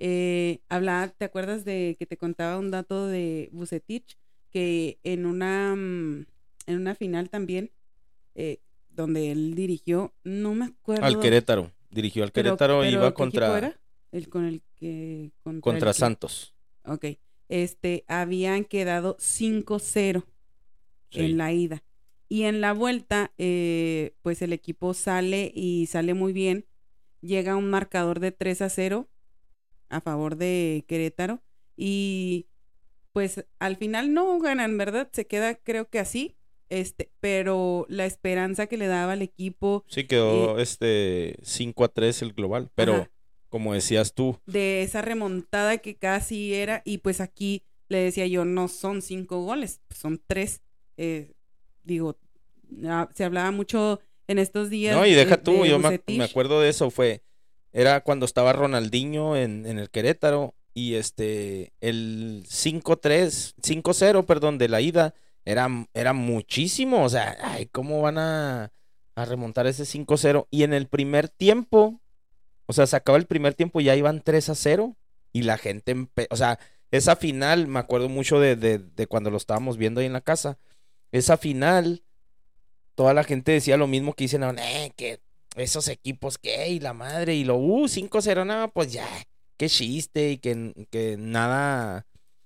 Eh, hablaba, ¿te acuerdas de que te contaba un dato de Vucetich? Que en una, en una final también, eh, donde él dirigió, no me acuerdo. Al Querétaro. Dirigió al Querétaro y iba ¿qué contra... equipo era? El con el que... Contra, contra el que- Santos. Ok. Este, habían quedado cinco cero Sí. en la ida. Y en la vuelta, eh, pues el equipo sale y sale muy bien. Llega un marcador de tres a cero a favor de Querétaro. Y pues al final no ganan, ¿verdad? Se queda, creo que así. Este, pero la esperanza que le daba al equipo Sí, quedó este cinco a tres el global. Pero, Ajá. como decías tú, de esa remontada que casi era, y pues aquí le decía yo, no son cinco goles, son tres. Eh, digo, ah, se hablaba mucho en estos días. no, y deja de- tú, de yo me, ac- Vucetich. me acuerdo de eso, fue, era cuando estaba Ronaldinho en, en el Querétaro y este, el cinco tres, cinco cero, perdón, de la ida, era, era muchísimo, o sea, ay, ¿cómo van a, a remontar ese cinco cero? Y en el primer tiempo, o sea, se acaba el primer tiempo y ya iban tres a cero y la gente, empe- o sea, esa final, me acuerdo mucho de, de, de cuando lo estábamos viendo ahí en la casa, esa final, toda la gente decía lo mismo que dicen, eh, que esos equipos, ¿qué? Y la madre, y lo, uh, cinco cero, no, pues ya, qué chiste, y que, que nada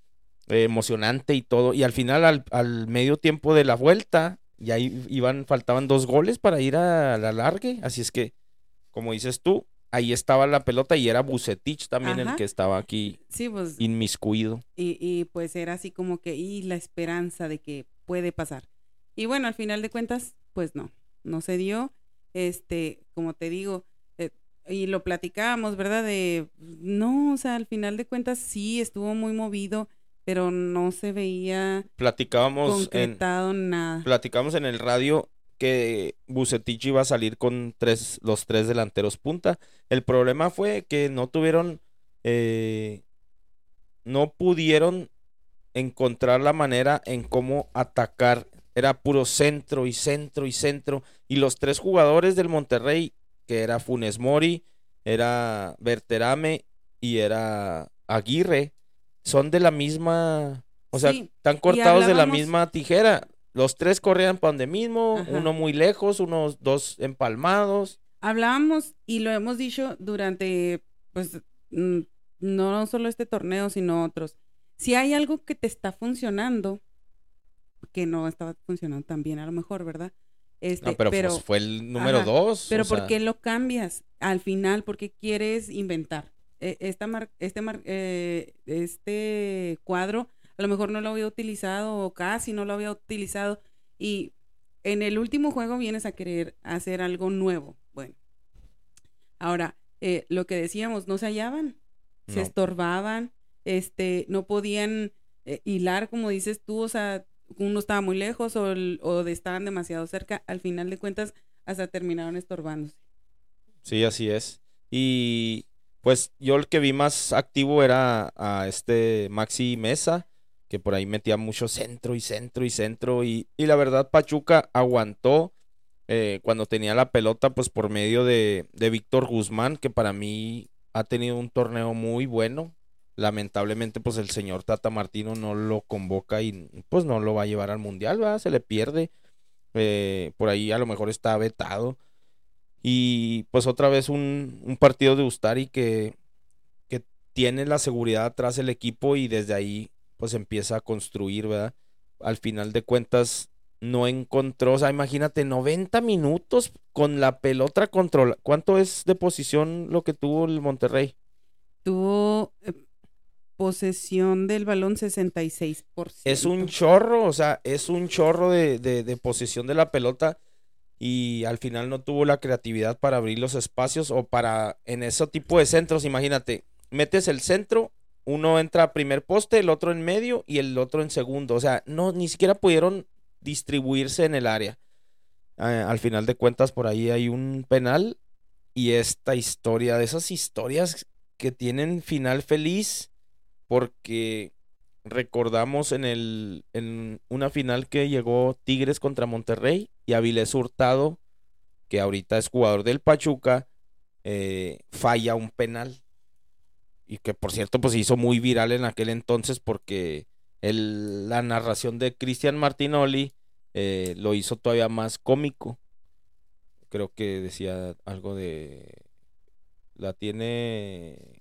eh, emocionante y todo. Y al final, al, al medio tiempo de la vuelta, ya i- iban, faltaban dos goles para ir a la largue, así es que, como dices tú, ahí estaba la pelota y era Vucetich también el Ajá. que estaba aquí Sí, pues, inmiscuido. y, y pues era así como que, y la esperanza de que puede pasar. Y bueno, al final de cuentas, pues no, no se dio. Este, como te digo, eh, y lo platicábamos, ¿verdad? De, no, o sea, al final de cuentas sí estuvo muy movido, pero no se veía Platicábamos en... concretado nada. Platicamos en el radio que Vucetich iba a salir con tres, los tres delanteros punta. El problema fue que no tuvieron, eh, no pudieron encontrar la manera en cómo atacar. Era puro centro y centro y centro. Y los tres jugadores del Monterrey, que era Funes Mori, era Berterame y era Aguirre, son de la misma, o sea, Sí, están y cortados de la hablábamos- misma tijera. Los tres corrían para donde mismo, Ajá. uno muy lejos, unos dos empalmados. Hablábamos y lo hemos dicho durante, pues, mm, no solo este torneo, sino otros. Si hay algo que te está funcionando, que no estaba funcionando tan bien a lo mejor, ¿verdad? Este, No, pero, pues, fue el número ajá, dos. Pero o ¿por sea, qué lo cambias al final? ¿Por qué quieres inventar? Eh, esta mar- este, mar- eh, este cuadro a lo mejor no lo había utilizado o casi no lo había utilizado y en el último juego vienes a querer hacer algo nuevo. Bueno, ahora, eh, lo que decíamos, no se hallaban, se No. estorbaban, este, no podían eh, hilar, como dices tú, o sea, uno estaba muy lejos o, el- o de- estaban demasiado cerca, al final de cuentas hasta terminaron estorbándose. Sí, así es. Y pues yo el que vi más activo era a este Maxi Mesa, que por ahí metía mucho centro y centro y centro. Y, y la verdad, Pachuca aguantó eh, cuando tenía la pelota, pues por medio de, de Víctor Guzmán, que para mí ha tenido un torneo muy bueno. Lamentablemente, pues el señor Tata Martino no lo convoca y pues no lo va a llevar al Mundial, ¿verdad? Se le pierde. Eh, por ahí a lo mejor está vetado. Y pues otra vez un, un partido de Ustari que, que tiene la seguridad atrás del equipo y desde ahí pues empieza a construir, ¿verdad? Al final de cuentas no encontró, o sea, imagínate, noventa minutos con la pelota controlada. ¿Cuánto es de posición lo que tuvo el Monterrey? Tuvo eh, posesión del balón sesenta y seis por ciento. Es un chorro, o sea, es un chorro de, de, de posesión de la pelota y al final no tuvo la creatividad para abrir los espacios o para en ese tipo de centros, imagínate, metes el centro uno entra a primer poste, el otro en medio y el otro en segundo. O sea, no, ni siquiera pudieron distribuirse en el área. Eh, al final de cuentas, por ahí hay un penal y esta historia, de esas historias que tienen final feliz, porque recordamos en, el, en una final que llegó Tigres contra Monterrey y Avilés Hurtado, que ahorita es jugador del Pachuca, eh, falla un penal. Y que por cierto pues se hizo muy viral en aquel entonces porque el, la narración de Cristian Martinoli eh, lo hizo todavía más cómico. Creo que decía algo de... La tiene...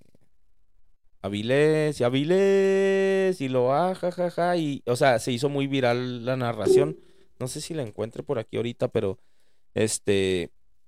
Avilés y Avilés y lo ah, jajaja, ja, ja, y o sea, se hizo muy viral la narración. No sé si la encuentre por aquí ahorita, pero este...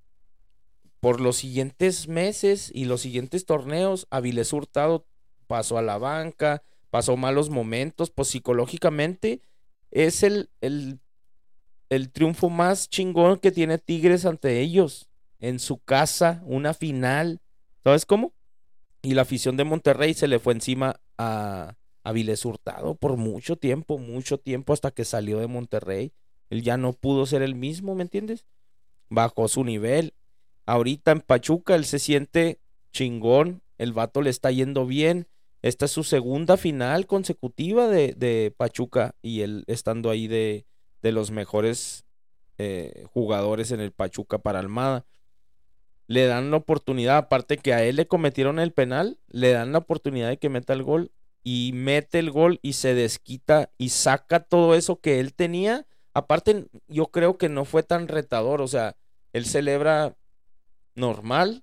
Por los siguientes meses y los siguientes torneos, Avilés Hurtado pasó a la banca, pasó malos momentos, pues psicológicamente es el, el, el triunfo más chingón que tiene Tigres ante ellos. En su casa, una final. ¿Sabes cómo? Y la afición de Monterrey se le fue encima a Avilés Hurtado por mucho tiempo, mucho tiempo hasta que salió de Monterrey. Él ya no pudo ser el mismo, ¿me entiendes? Bajó su nivel. Ahorita en Pachuca él se siente chingón, el vato le está yendo bien. Esta es su segunda final consecutiva de, de Pachuca y él estando ahí de, de los mejores eh, jugadores en el Pachuca para Almada. Le dan la oportunidad, aparte que a él le cometieron el penal, le dan la oportunidad de que meta el gol y mete el gol y se desquita y saca todo eso que él tenía. Aparte, yo creo que no fue tan retador, o sea, él celebra normal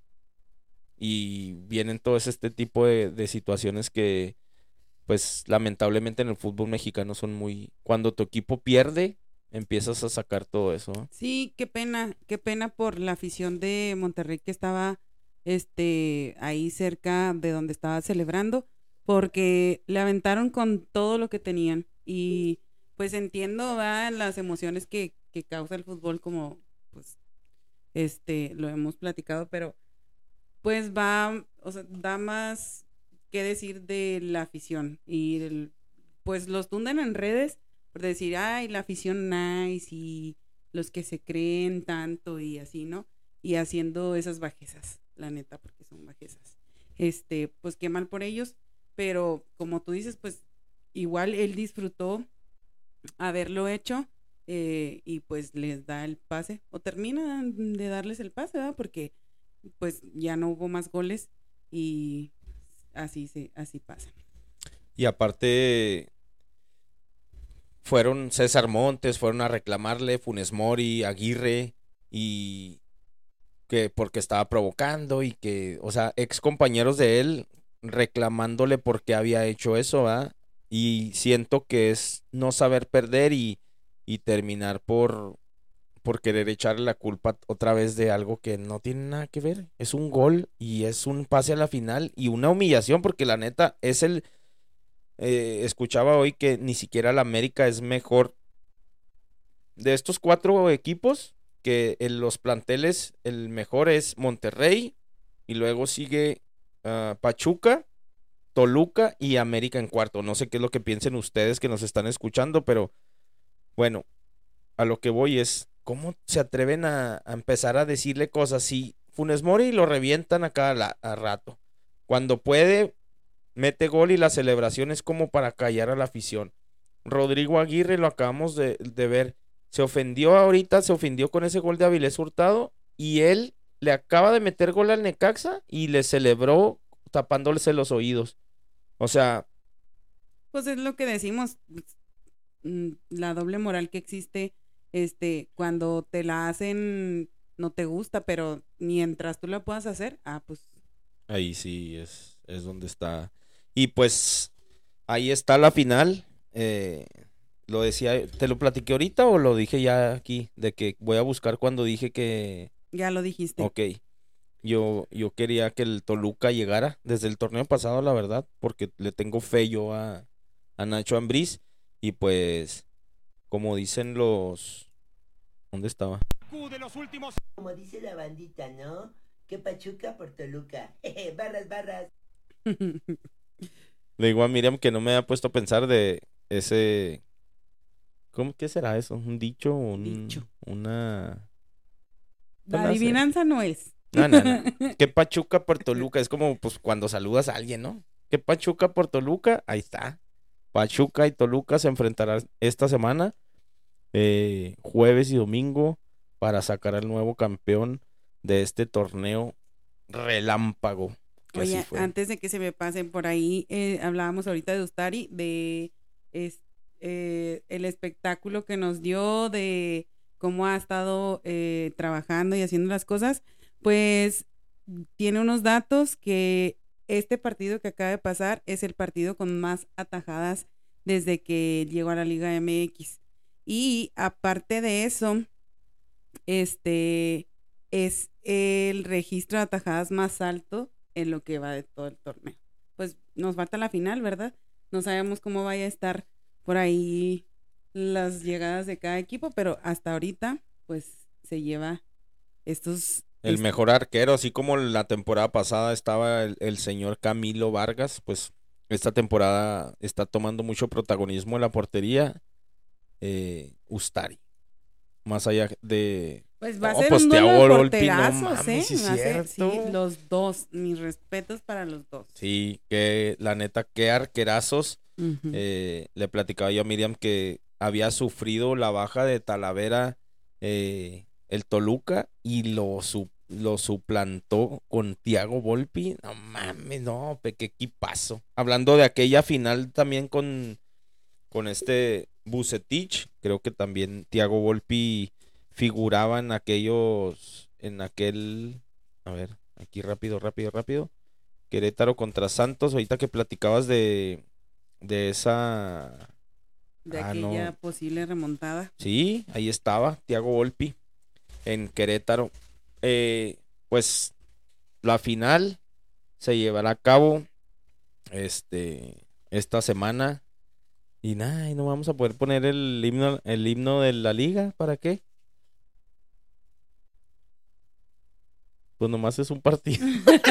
y vienen todos este tipo de, de situaciones que pues lamentablemente en el fútbol mexicano son muy, cuando tu equipo pierde empiezas a sacar todo eso, ¿no? Sí, qué pena, qué pena por la afición de Monterrey que estaba este ahí cerca de donde estaba celebrando, porque le aventaron con todo lo que tenían y pues entiendo, ¿va? Las emociones que, que causa el fútbol, como pues este lo hemos platicado, pero pues va, o sea, da más que decir de la afición y el, pues los tundan en redes por decir, ay, la afición nice y los que se creen tanto y así, ¿no? Y haciendo esas bajezas, la neta, porque son bajezas. Este, pues qué mal por ellos, pero como tú dices, pues igual él disfrutó haberlo hecho eh, y pues les da el pase, o termina de darles el pase, ¿verdad? Porque pues ya no hubo más goles y así se, así pasa. Y aparte fueron César Montes, fueron a reclamarle Funes Mori, Aguirre, y que porque estaba provocando y que, o sea, ex compañeros de él reclamándole por qué había hecho eso, ¿verdad? Y siento que es no saber perder y, y terminar por, por querer echarle la culpa otra vez de algo que no tiene nada que ver. Es un gol y es un pase a la final y una humillación porque la neta es el... Eh, escuchaba hoy que ni siquiera la América es mejor de estos cuatro equipos, que en los planteles el mejor es Monterrey y luego sigue uh, Pachuca, Toluca y América en cuarto. No sé qué es lo que piensen ustedes que nos están escuchando, pero bueno, a lo que voy es cómo se atreven a, a empezar a decirle cosas. Si Funes Mori lo revientan a cada la, a rato, cuando puede mete gol y la celebración es como para callar a la afición. Rodrigo Aguirre lo acabamos de, de ver, se ofendió ahorita, se ofendió con ese gol de Avilés Hurtado y él le acaba de meter gol al Necaxa y le celebró tapándose los oídos. O sea, pues es lo que decimos, la doble moral que existe, este, cuando te la hacen no te gusta, pero mientras tú la puedas hacer, ah, pues ahí sí es, es donde está. Y pues ahí está la final. Eh, lo decía, ¿te lo platiqué ahorita o lo dije ya aquí? De que voy a buscar cuando dije que... Ya lo dijiste. Ok. Yo, yo quería que el Toluca llegara desde el torneo pasado, la verdad, porque le tengo fe yo a, a Nacho Ambriz. Y pues, como dicen los... ¿Dónde estaba? De los últimos... Como dice la bandita, ¿no? Que Pachuca por Toluca. Barras, barras. Le digo a Miriam que no me había puesto a pensar de ese... ¿Cómo? ¿Qué será eso? ¿Un dicho? Un, Dicho. Una... La adivinanza no es. No, no, no. ¿Qué Pachuca por Toluca? Es como pues cuando saludas a alguien, ¿no? ¿Qué Pachuca por Toluca? Ahí está. Pachuca y Toluca se enfrentarán esta semana, eh, jueves y domingo, para sacar al nuevo campeón de este torneo relámpago. Que Oye, así fue. antes de que se me pasen por ahí, eh, hablábamos ahorita de Ustari, de es, eh, el espectáculo que nos dio, de cómo ha estado eh, trabajando y haciendo las cosas. Pues tiene unos datos que este partido que acaba de pasar es el partido con más atajadas desde que llegó a la Liga M X. Y aparte de eso, este es el registro de atajadas más alto en lo que va de todo el torneo. Pues nos falta la final, ¿verdad? No sabemos cómo vaya a estar por ahí las llegadas de cada equipo, pero hasta ahorita, pues se lleva estos... El este, mejor arquero, así como la temporada pasada estaba el, el señor Camilo Vargas, pues esta temporada está tomando mucho protagonismo en la portería, eh, Ustari. Más allá de... Pues va a Oh, ser pues un te duelo hago de Volpi, no porterazos, mames, ¿eh? sí es Va a ser- sí, cierto. los dos. Mis respetos para los dos. Sí, que la neta, qué arquerazos. Ujú. Eh, le platicaba yo a Miriam que había sufrido la baja de Talavera, eh, el Toluca, y lo, su- lo suplantó con Thiago Volpi. No mames, no, pe, qué equipazo. Hablando de aquella final también con, con este Vucetich, creo que también Thiago Volpi figuraba en aquellos, en aquel, a ver, aquí rápido, rápido, rápido. Querétaro contra Santos, ahorita que platicabas de, de esa... De Ah, aquella no. posible remontada. Sí, ahí estaba, Thiago Volpi, en Querétaro. Eh, pues la final se llevará a cabo este, esta semana. Y nada, y no vamos a poder poner el himno, el himno de la liga, ¿para qué? Pues nomás es un partido.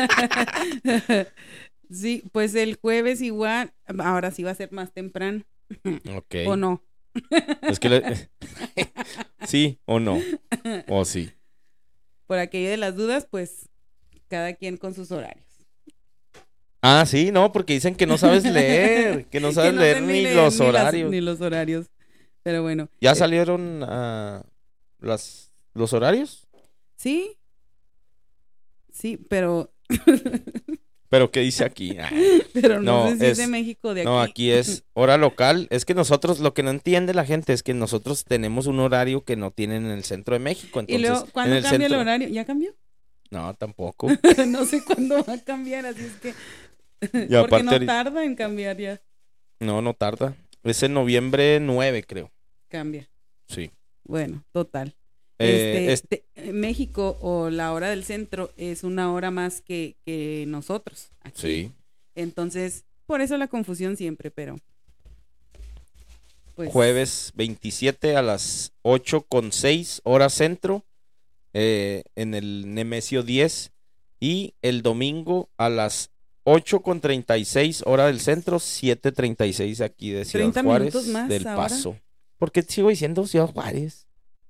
Sí, pues el jueves igual, ahora sí va a ser más temprano. Ok. ¿O no? Es que le- sí o no, o sí. Por aquello de las dudas, pues cada quien con sus horarios. Ah, sí, no, porque dicen que no sabes leer, que no sabes Que leer sé ni leer los ni las- horarios. ni los horarios. Pero bueno. ¿Ya eh, salieron ah, las, los horarios? Sí. Sí, pero... Pero ¿qué dice aquí? Ah, pero no, No, sé si es, de es- México o de aquí. no, aquí es hora local. Es que nosotros, lo que no entiende la gente es que nosotros tenemos un horario que no tienen en el centro de México. Y Entonces, luego, ¿cuándo en el cambia centro... el horario? ¿Ya cambió? No, tampoco. No sé cuándo va a cambiar, así es que... Y Porque aparte no ahorita- tarda en cambiar ya. No, no tarda. Es en noviembre nueve, creo. Cambia. Sí. Bueno, total. Eh, Este, te- eh, México o la hora del centro es una hora más que, que nosotros. Aquí. Sí. Entonces, por eso la confusión siempre, pero... Pues, Jueves veintisiete a las ocho con seis hora centro, eh, en el Nemesio diez, y el domingo a las ocho con treinta y seis hora del centro, siete treinta y seis aquí de Ciudad treinta Juárez minutos más del ahora. Paso. ¿Por qué sigo diciendo Ciudad Juárez?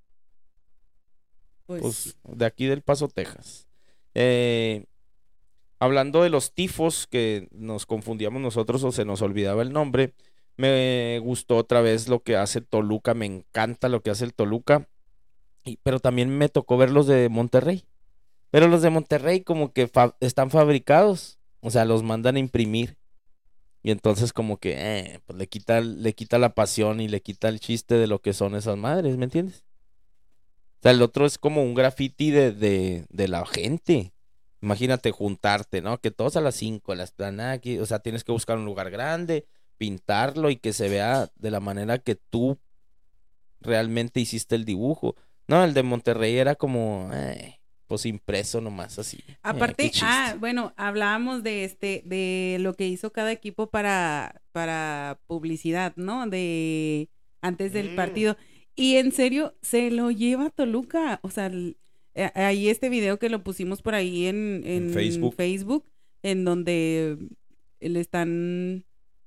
Pues, Pues de aquí del Paso, Texas. Eh, hablando de los tifos, que nos confundíamos nosotros o se nos olvidaba el nombre, me gustó otra vez lo que hace Toluca, me encanta lo que hace el Toluca, y, pero también me tocó ver los de Monterrey. Pero los de Monterrey como que fa- están fabricados, o sea, los mandan a imprimir. Y entonces como que eh, pues le quita, le quita la pasión y le quita el chiste de lo que son esas madres, ¿me entiendes? O sea, el otro es como un graffiti de, de, de la gente. Imagínate juntarte, ¿no? Que todos a las cinco, a la esplanada aquí, o sea, tienes que buscar un lugar grande, pintarlo y que se vea de la manera que tú realmente hiciste el dibujo. No, el de Monterrey era como, eh, pues impreso nomás así. Eh, aparte, qué chiste. ah, bueno, hablábamos de este, de lo que hizo cada equipo para, para publicidad, ¿no? De antes del Mm. partido. Y en serio, se lo lleva Toluca. O sea, el- eh, ahí este video que lo pusimos por ahí en, en, En Facebook. Facebook, en donde le están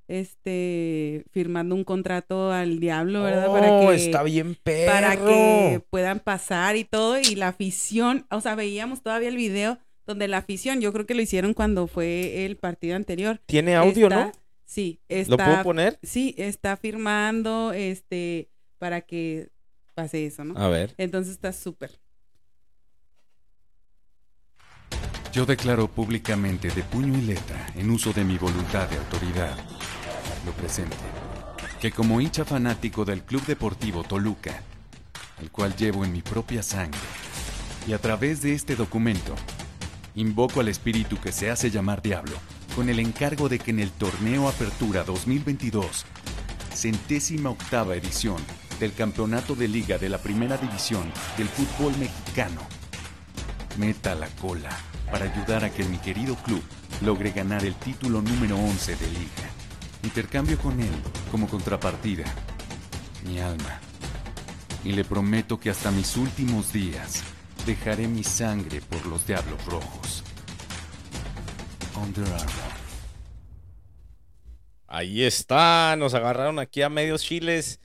este firmando un contrato al diablo, ¿verdad? Oh, para que está bien perro. para que puedan pasar y todo, y la afición, o sea, veíamos todavía el video donde la afición, yo creo que lo hicieron cuando fue el partido anterior. Tiene audio, Está- ¿no? Sí, ¿Lo está, puedo poner? sí, está firmando, este, para que pase eso, ¿no? A ver. Entonces está súper. Yo declaro públicamente de puño y letra, en uso de mi voluntad de autoridad, lo presente, que como hincha fanático del Club Deportivo Toluca, el cual llevo en mi propia sangre, y a través de este documento, invoco al espíritu que se hace llamar Diablo, con el encargo de que en el Torneo Apertura dos mil veintidós, centésima octava edición del Campeonato de Liga de la Primera División del Fútbol Mexicano, meta la cola para ayudar a que mi querido club logre ganar el título número once de Liga. Intercambio con él, como contrapartida, mi alma. Y le prometo que hasta mis últimos días dejaré mi sangre por los Diablos Rojos. Under Armour. Ahí está, nos agarraron aquí a medios chiles.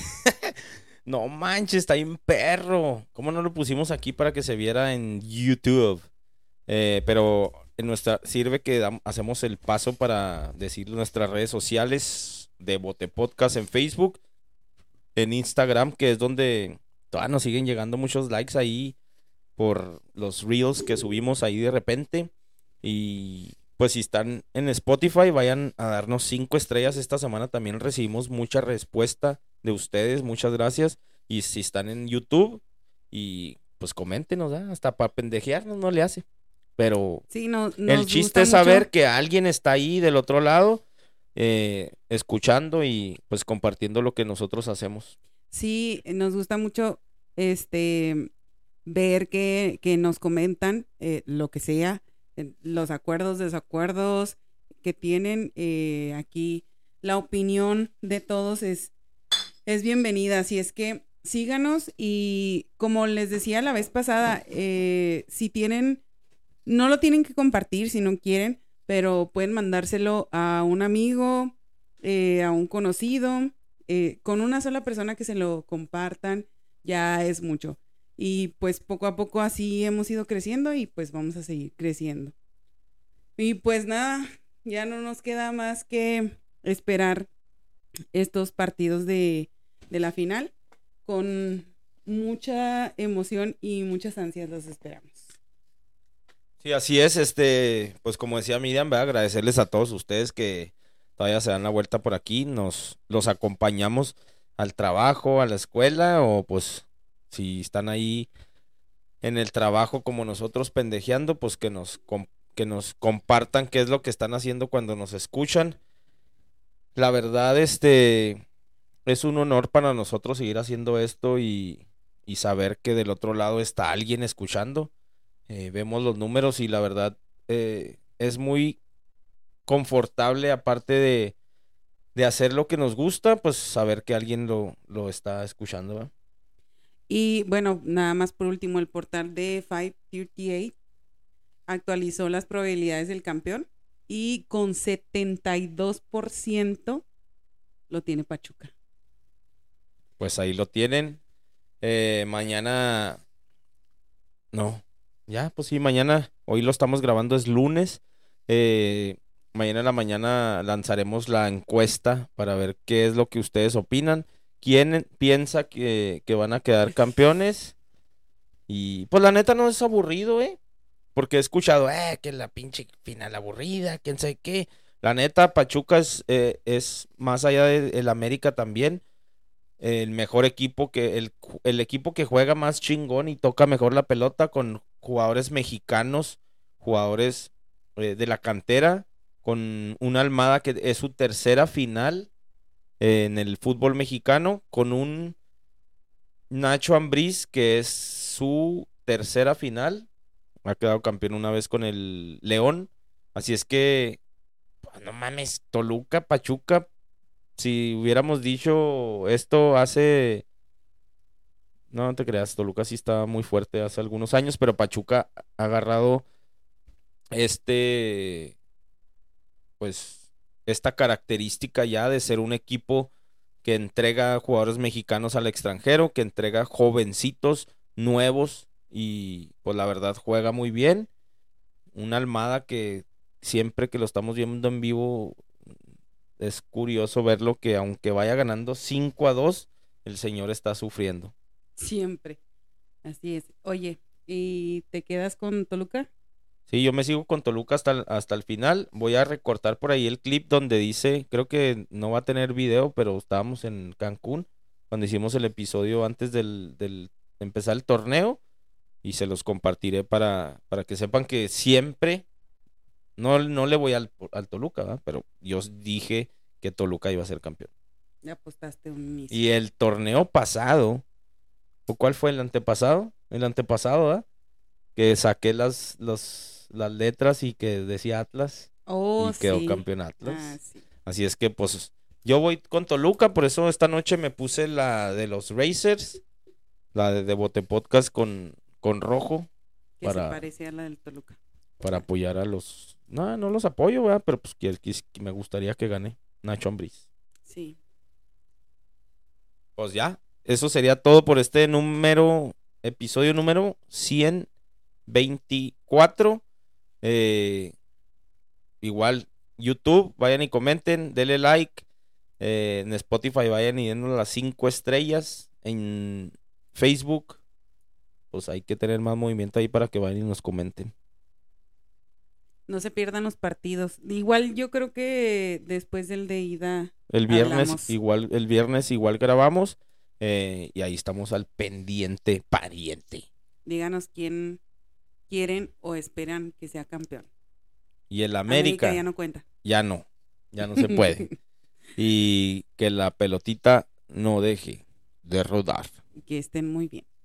No manches, está bien perro. ¿Cómo no lo pusimos aquí para que se viera en YouTube? Eh, pero en nuestra sirve que dam- hacemos el paso para decir nuestras redes sociales de Bote Podcast en Facebook, en Instagram, que es donde todavía nos siguen llegando muchos likes ahí por los reels que subimos ahí de repente. Y pues si están en Spotify, vayan a darnos cinco estrellas. Esta semana también recibimos mucha respuesta de ustedes, muchas gracias. Y si están en YouTube, y pues coméntenos, ¿eh? Hasta para pendejearnos no le hace. Pero Sí, no, el nos chiste gusta es saber mucho. que alguien está ahí del otro lado, eh, escuchando y pues compartiendo lo que nosotros hacemos. Sí, nos gusta mucho este ver que, que nos comentan eh, lo que sea, eh, los acuerdos, desacuerdos que tienen eh, aquí. La opinión de todos es, es bienvenida, así es que síganos y como les decía la vez pasada, eh, si tienen, no lo tienen que compartir si no quieren, pero pueden mandárselo a un amigo, eh, a un conocido. Eh, con una sola persona que se lo compartan ya es mucho. Y pues poco a poco así hemos ido creciendo y pues vamos a seguir creciendo. Y pues nada, ya no nos queda más que esperar estos partidos de, de la final. Con mucha emoción y muchas ansias los esperamos. Sí, así es, este, pues como decía Miriam, ¿verdad? Agradecerles a todos ustedes que todavía se dan la vuelta por aquí, nos los acompañamos al trabajo, a la escuela, o pues si están ahí en el trabajo como nosotros pendejeando, pues que nos, com- que nos compartan qué es lo que están haciendo cuando nos escuchan. La verdad, este, es un honor para nosotros seguir haciendo esto y, y saber que del otro lado está alguien escuchando. Eh, vemos los números y la verdad eh, es muy confortable, aparte de, de hacer lo que nos gusta, pues saber que alguien lo, lo está escuchando, ¿verdad? Y bueno, nada más por último, el portal de quinientos treinta y ocho actualizó las probabilidades del campeón y con setenta y dos por ciento lo tiene Pachuca. Pues ahí lo tienen. Eh, mañana, no, ya, pues sí, mañana, hoy lo estamos grabando, es lunes. Eh, mañana en la mañana lanzaremos la encuesta para ver qué es lo que ustedes opinan. ¿Quién piensa que, que van a quedar campeones? Y pues la neta no es aburrido, ¿eh? Porque he escuchado, eh, que la pinche final aburrida, quién sabe qué. La neta, Pachuca es, eh, es más allá del América también, el mejor equipo, que el, el equipo que juega más chingón y toca mejor la pelota, con jugadores mexicanos, jugadores eh, de la cantera, con una Almada que es su tercera final eh, en el fútbol mexicano, con un Nacho Ambriz que es su tercera final, ha quedado campeón una vez con el León, así es que pues, no mames, Toluca, Pachuca. Si hubiéramos dicho esto hace... No, no te creas, Toluca sí estaba muy fuerte hace algunos años, pero Pachuca ha agarrado este... Pues esta característica ya de ser un equipo que entrega jugadores mexicanos al extranjero, que entrega jovencitos nuevos y pues la verdad juega muy bien. Una Almada que siempre que lo estamos viendo en vivo es curioso verlo que aunque vaya ganando cinco a dos, el señor está sufriendo. Siempre. Así es. Oye, ¿y te quedas con Toluca? Sí, yo me sigo con Toluca hasta el, hasta el final. Voy a recortar por ahí el clip donde dice, creo que no va a tener video, pero estábamos en Cancún cuando hicimos el episodio antes del, del de empezar el torneo y se los compartiré para, para que sepan que siempre, no, no le voy al, al Toluca, ¿verdad? Pero yo dije que Toluca iba a ser campeón. Ya apostaste un inicio. Y el torneo pasado, ¿cuál fue el antepasado? El antepasado, ¿verdad? Que saqué las, las, las letras y que decía Atlas. Oh, y quedó sí. campeón Atlas. Ah, sí. Así es que pues yo voy con Toluca, por eso esta noche me puse la de los Racers, la de Devote Podcast con, con rojo. Que para, se parece a la del Toluca. para apoyar a los... No, no los apoyo, ¿verdad? Pero pues que, que, que me gustaría que gane Nacho Ambriz. Sí. Pues ya, eso sería todo por este número, episodio número ciento veinticuatro. Eh, igual, YouTube, vayan y comenten, denle like. Eh, en Spotify vayan y denle las cinco estrellas. En Facebook, pues hay que tener más movimiento ahí para que vayan y nos comenten. No se pierdan los partidos. Igual yo creo que después del de ida El viernes hablamos. igual, el viernes igual grabamos eh, y ahí estamos al pendiente pariente. Díganos quién quieren o esperan que sea campeón. Y el América, América ya no cuenta. ya no, ya no se puede. Y que la pelotita no deje de rodar. Que estén muy bien.